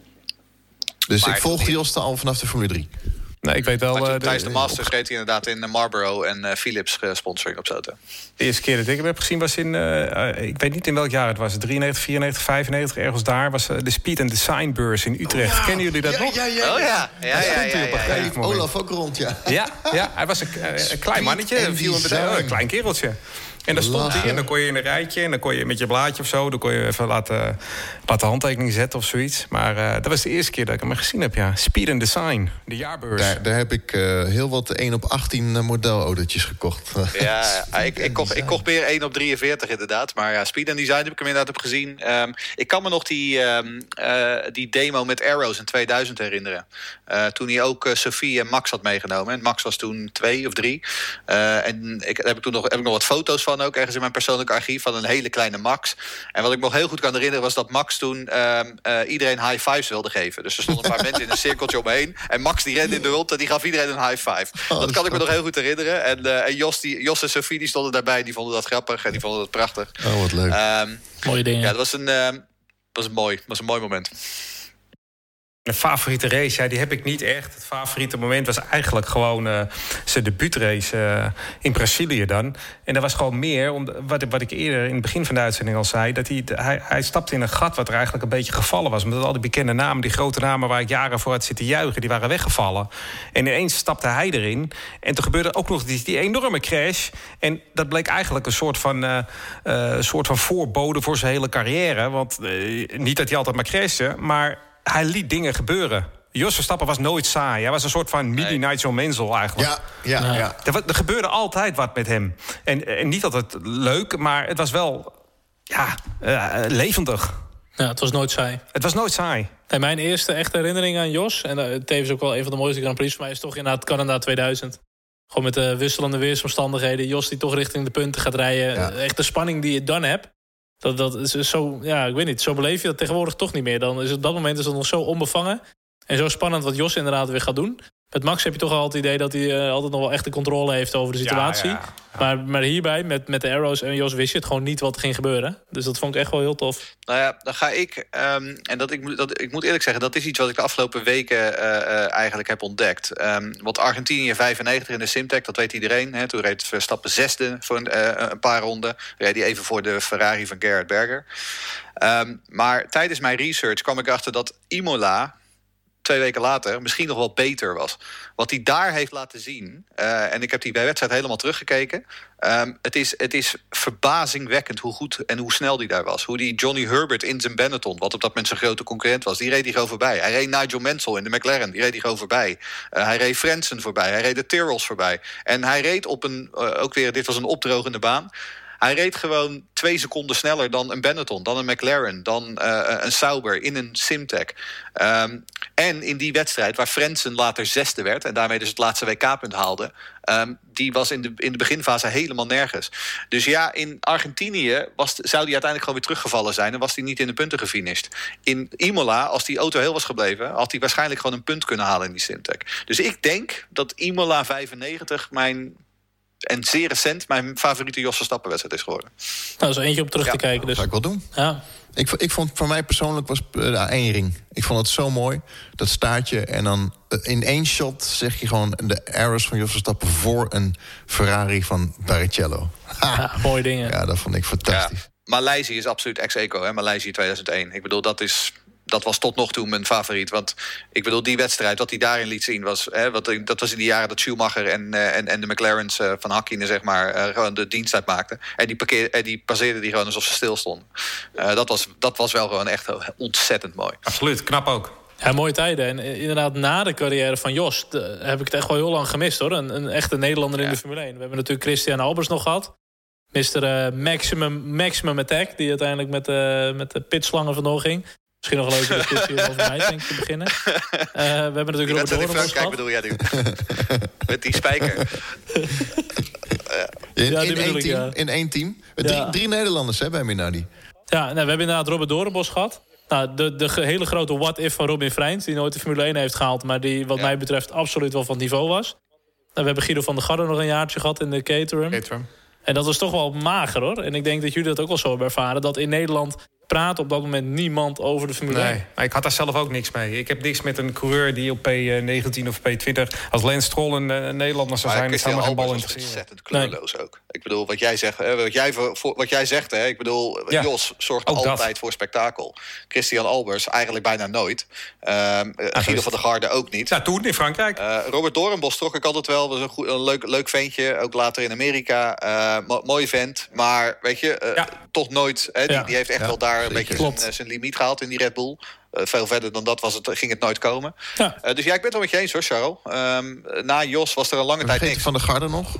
Dus Maar ik volgde Jos al vanaf de Formule drie. Nee, ik weet wel... Maar toen, uh, tijdens de de, Masters reed hij inderdaad in uh, Marlboro en uh, Philips uh, sponsoring op zijn auto. de eerste keer dat ik hem heb gezien was in... Uh, uh, ik weet niet in welk jaar het was. drieënnegentig, vierennegentig, vijfennegentig. Ergens daar was uh, de Speed and Design Beurs in Utrecht. Oh, ja. Kennen jullie dat ja, nog? Ja, ja, Oh ja, ja, ja, ja, ja, ja, Hij ja. liep Olaf ook rond, ja. Ja, ja, hij was een, uh, een klein mannetje. and Viel hem Design. meteen, oh, een klein kereltje. En dan stond Lachen. hij en dan kon je in een rijtje... en dan kon je met je blaadje of zo... dan kon je even laten, laten handtekening zetten of zoiets. Maar uh, dat was de eerste keer dat ik hem gezien heb, ja. Speed and Design, de jaarbeurs. Daar, daar heb ik uh, heel wat één op achttien modelautootjes gekocht. Ja, ik, ik, kocht, ik kocht meer één op drieënveertig inderdaad. Maar ja, Speed and Design heb ik hem inderdaad op gezien. Um, ik kan me nog die, um, uh, die demo met Arrows in tweeduizend herinneren. Uh, toen hij ook uh, Sophie en Max had meegenomen. En Max was toen twee of drie. Uh, en ik, daar heb ik toen nog, heb ik nog wat foto's van ook. Ergens in mijn persoonlijk archief van een hele kleine Max. En wat ik me nog heel goed kan herinneren was dat Max toen um, uh, iedereen high fives wilde geven. Dus er stonden een paar mensen in een cirkeltje omheen. En Max die rende in de rond en die gaf iedereen een high five. Oh, dat kan ik me nog heel goed herinneren. En, uh, en Jos, die, Jos en Sophie die stonden daarbij. Die vonden dat grappig en die vonden dat prachtig. Oh, wat leuk. Um, Mooie dingen. ja, dat was een, uh, was een mooi, was een mooi moment. Een favoriete race, ja, die heb ik niet echt. Het favoriete moment was eigenlijk gewoon uh, zijn debuutrace uh, in Brazilië dan. En dat was gewoon meer, om, wat, wat ik eerder in het begin van de uitzending al zei... dat hij, hij, hij stapte in een gat wat er eigenlijk een beetje gevallen was. Omdat al die bekende namen, die grote namen waar ik jaren voor had zitten juichen... die waren weggevallen. En ineens stapte hij erin. En toen gebeurde ook nog die, die enorme crash. En dat bleek eigenlijk een soort van, uh, uh, soort van voorbode voor zijn hele carrière. Want uh, niet dat hij altijd maar crashte, maar... hij liet dingen gebeuren. Jos Verstappen was nooit saai. Hij was een soort van mini-Nigel Mansell eigenlijk. Ja, ja, ja. ja. Er, er gebeurde altijd wat met hem. En, en niet altijd leuk, maar het was wel ja, uh, levendig. Ja, het was nooit saai. Het was nooit saai. Nee, mijn eerste echte herinnering aan Jos... en uh, tevens ook wel een van de mooiste Grand Prix voor mij... is toch inderdaad Canada tweeduizend. Gewoon met de wisselende weersomstandigheden. Jos die toch richting de punten gaat rijden. Ja. Echt de spanning die je dan hebt. Dat, dat is zo, ja, ik weet niet, zo beleef je dat tegenwoordig toch niet meer. Dan is op dat moment is het nog zo onbevangen en zo spannend wat Jos inderdaad weer gaat doen. Met Max heb je toch al het idee dat hij uh, altijd nog wel echt de controle heeft over de situatie. Ja, ja, ja. Maar, maar hierbij, met, met de Arrows en Jos, wist je het gewoon niet wat er ging gebeuren. Dus dat vond ik echt wel heel tof. Nou ja, dan ga ik, um, en dat ik, dat, ik moet eerlijk zeggen, dat is iets wat ik de afgelopen weken uh, uh, eigenlijk heb ontdekt. Um, want Argentinië vijfennegentig in de Simtech, dat weet iedereen. Hè, toen reed Verstappen zesde voor een, uh, een paar ronden. Reed hij even voor de Ferrari van Gerhard Berger. Um, maar tijdens mijn research kwam ik achter dat Imola twee weken later misschien nog wel beter was. Wat hij daar heeft laten zien, uh, en ik heb die bij wedstrijd helemaal teruggekeken. Um, het, is, het is verbazingwekkend hoe goed en hoe snel die daar was. Hoe die Johnny Herbert in zijn Benetton, wat op dat moment zijn grote concurrent was, die reed hij gewoon voorbij. Hij reed Nigel Mansell in de McLaren, die reed hij gewoon voorbij. Uh, hij reed Frentzen voorbij, hij reed de Tyrrells voorbij. En hij reed op een, uh, ook weer, dit was een opdrogende baan. Hij reed gewoon twee seconden sneller dan een Benetton, dan een McLaren, dan uh, een Sauber in een Simtech. Um, en in die wedstrijd, waar Frentzen later zesde werd en daarmee dus het laatste W K-punt haalde, um, die was in de, in de beginfase helemaal nergens. Dus ja, in Argentinië was, zou die uiteindelijk gewoon weer teruggevallen zijn en was hij niet in de punten gefinished. In Imola, als die auto heel was gebleven, had hij waarschijnlijk gewoon een punt kunnen halen in die Simtech. Dus ik denk dat Imola vijfennegentig mijn... en zeer recent mijn favoriete Jos Verstappen-wedstrijd is geworden. Nou, zo eentje om terug ja. te kijken. Dus. Dat ga ik wel doen. Ja. Ik, ik vond, voor mij persoonlijk was de A één ring. Ik vond het zo mooi, dat staartje. En dan in één shot zeg je gewoon de Arrows van Jos Verstappen voor een Ferrari van Barrichello. Ja, mooie dingen. Ja, dat vond ik fantastisch. Ja. Maleisië is absoluut ex-eco, hè? Maleisië tweeduizend één. Ik bedoel, dat is... Dat was tot nog toe mijn favoriet. Want ik bedoel, die wedstrijd, wat hij daarin liet zien was... Hè, wat, dat was in die jaren dat Schumacher en, uh, en, en de McLaren's uh, van Hakkinen, zeg maar, uh, gewoon de dienst uitmaakten. En die, parkeer, uh, die passeerden die gewoon alsof ze stilstonden. Uh, dat, was, dat was wel gewoon echt ontzettend mooi. Absoluut, knap ook. Ja, mooie tijden. En inderdaad, na de carrière van Jos de, heb ik het echt wel heel lang gemist, hoor. Een, een echte Nederlander in ja. de Formule één. We hebben natuurlijk Christian Albers nog gehad. mister Uh, Maximum, Maximum Attack, die uiteindelijk met, uh, met de pitslangen vandoor ging. Misschien nog een leuke discussie over mij, denk ik, te beginnen. Uh, we hebben natuurlijk Robert Doornbos gehad. bedoel jij nu? Met die spijker. In, ja, in, één ik, team, ja. in één team. Drie, ja. drie Nederlanders, hè, bij Minardi. Ja, nou, we hebben inderdaad Robert Doornbos gehad. Nou, de, de hele grote what-if van Robin Freins, die nooit de Formule één heeft gehaald, maar die wat ja. mij betreft absoluut wel van niveau was. Nou, we hebben Guido van der Garde nog een jaartje gehad in de Caterham. Caterham. En dat was toch wel mager, hoor. En ik denk dat jullie dat ook wel zo hebben ervaren, dat in Nederland praat op dat moment niemand over de Formule één. Nee, maar ik had daar zelf ook niks mee. Ik heb niks met een coureur die op P negentien of P twintig... als Lance Stroll een, een Nederlander zou zijn, dat zou me geen bal interesseren. Ontzettend kleurloos nee. ook. Ik bedoel, wat jij zegt, hè, wat, jij voor, wat jij zegt, hè, ik bedoel, ja, Jos zorgt altijd dat. voor spektakel. Christian Albers eigenlijk bijna nooit. Um, Guido van der Garde ook niet. Ja, toen in Frankrijk. Uh, Robert Doornbos trok ik altijd wel. Was een, goed, een leuk, leuk ventje, ook later in Amerika. Uh, mo- mooi vent, maar weet je, uh, ja. toch nooit. Hè, die, ja. die heeft echt ja. wel daar een beetje zijn, zijn limiet gehaald in die Red Bull. Uh, veel verder dan dat was het, ging het nooit komen. Ja. Uh, dus ja, ik ben het wel met je eens, hoor, Charles. Um, na Jos was er een lange tijd niks. Van der Garde nog?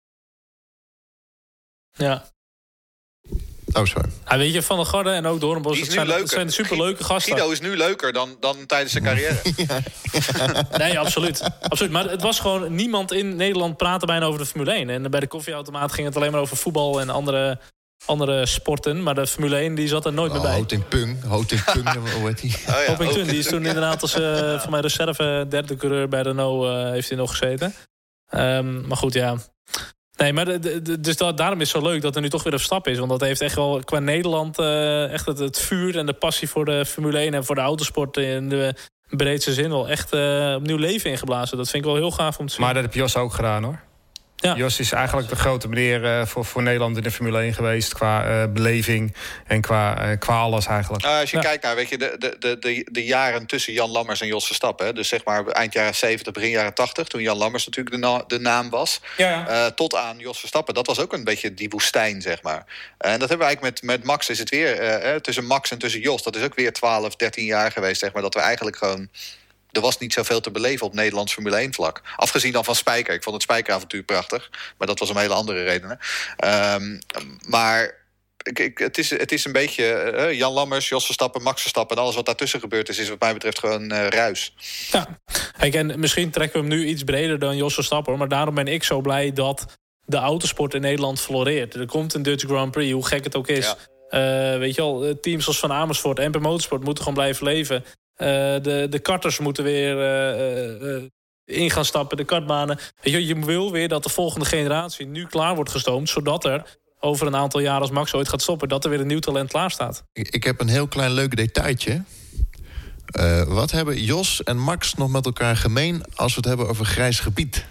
Ja. Oh, sorry. Ja, weet je, Van der Garde en ook Doornbos, dat zijn, dat zijn superleuke gasten. Guido is nu leuker dan, dan tijdens zijn carrière. ja. Nee, absoluut. absoluut. Maar het was gewoon, niemand in Nederland praatte bijna over de Formule één. En bij de koffieautomaat ging het alleen maar over voetbal en andere, andere sporten. Maar de Formule één die zat er nooit oh, meer bij. Houting Pung. Houting Pung, hoe heet die? Oh, ja, Houting Pung, die is toen inderdaad als uh, van mijn reserve derde coureur bij Renault uh, heeft hij nog gezeten. Um, maar goed, ja... Nee, maar de, de, dus dat, daarom is het zo leuk dat er nu toch weer een Verstappen is. Want dat heeft echt wel qua Nederland uh, echt het, het vuur en de passie voor de Formule één en voor de autosport in de breedste zin wel echt uh, opnieuw leven ingeblazen. Dat vind ik wel heel gaaf om te zien. Maar dat heb Jos ook gedaan, hoor. Ja. Jos is eigenlijk de grote meneer uh, voor, voor Nederland in de Formule één geweest. Qua uh, beleving en qua, uh, qua alles eigenlijk. Uh, als je ja. kijkt naar, weet je, de, de, de, de jaren tussen Jan Lammers en Jos Verstappen. Hè, dus zeg maar eind jaren zeventig, begin jaren tachtig. Toen Jan Lammers natuurlijk de, na, de naam was. Ja, ja. Uh, tot aan Jos Verstappen. Dat was ook een beetje die woestijn, zeg maar. Uh, en dat hebben we eigenlijk met, met Max is het weer. Uh, uh, tussen Max en tussen Jos. Dat is ook weer twaalf, dertien jaar geweest, zeg maar. Dat we eigenlijk gewoon... Er was niet zoveel te beleven op Nederlands Formule één vlak. Afgezien dan van Spijker. Ik vond het Spijkeravontuur prachtig. Maar dat was om hele andere redenen. Um, maar ik, ik, het, is, het is een beetje... Uh, Jan Lammers, Jos Verstappen, Max Verstappen... en alles wat daartussen gebeurd is, is wat mij betreft gewoon uh, ruis. Ja, kijk, en misschien trekken we hem nu iets breder dan Jos Verstappen. Maar daarom ben ik zo blij dat de autosport in Nederland floreert. Er komt een Dutch Grand Prix, hoe gek het ook is... Ja. Uh, weet je wel, teams als Van Amersfoort en P Motorsport moeten gewoon blijven leven. Uh, de, de karters moeten weer uh, uh, in gaan stappen, de kartbanen. Weet je, je wil weer dat de volgende generatie nu klaar wordt gestoomd, zodat er over een aantal jaar als Max ooit gaat stoppen, dat er weer een nieuw talent klaar staat. Ik, ik heb een heel klein leuk detailtje. Uh, wat hebben Jos en Max nog met elkaar gemeen als we het hebben over grijs gebied?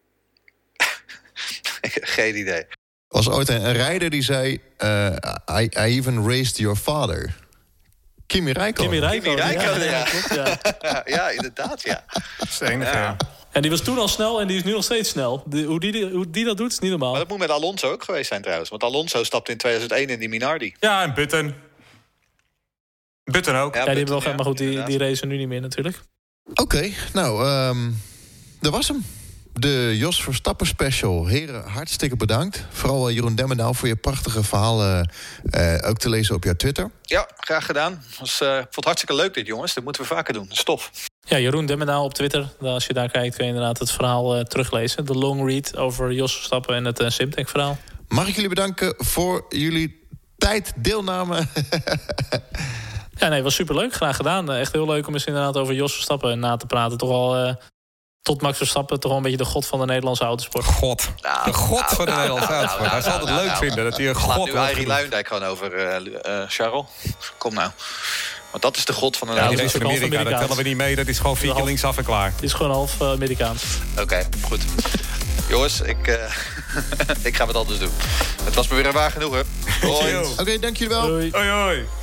Geen idee. Er was ooit een, een rijder die zei... Uh, I, I even raised your father. Kimi Räikkönen. Kimi Räikkönen, Kimi Räikkönen, ja. Ja, ja. ja, inderdaad, ja. Dat is de enige, ja. ja. En die was toen al snel en die is nu nog steeds snel. De, hoe, die, hoe die dat doet, is niet normaal. Maar dat moet met Alonso ook geweest zijn trouwens. Want Alonso stapte in tweeduizend één in die Minardi. Ja, en Button. Button ook. Ja, Ja, die Button, hebben wel gehad, ja, maar goed, die, inderdaad. die racen nu niet meer natuurlijk. Oké, okay, nou, um, dat was hem. De Jos Verstappen special. Heren, hartstikke bedankt. Vooral uh, Jeroen Demmendaal voor je prachtige verhalen. Uh, ook te lezen op jouw Twitter. Ja, graag gedaan. Was, uh, ik vond het hartstikke leuk dit, jongens. Dat moeten we vaker doen. Stof. Ja, Jeroen Demmendaal op Twitter. Als je daar kijkt kun je inderdaad het verhaal uh, teruglezen. De long read over Jos Verstappen en het uh, Simtek verhaal. Mag ik jullie bedanken voor jullie tijd, deelname. Ja, nee, was superleuk. Graag gedaan. Echt heel leuk om eens inderdaad over Jos Verstappen na te praten. Toch al... Uh, tot Max Verstappen toch wel een beetje de god van de Nederlandse autosport. God. Nou, de god nou, van de nou, Nederlandse nou, autosport. nou, Hij zal het nou, leuk nou, vinden dat hij een Laat god nu wordt Arie genoemd. Luijendijk gewoon over uh, uh, Charles. Kom nou. Want dat is de god van de Ja, die Nederlandse race in half Amerika, dat Amerikaans. tellen we niet mee. Dat is gewoon vier keer linksaf en klaar. Het is gewoon half uh, Amerikaans. Oké, okay, goed. Jongens, ik, uh, ik ga wat anders doen. Het was me weer een waar genoegen. Hoi. Oké, okay, dank jullie wel. Doei. Hoi, hoi.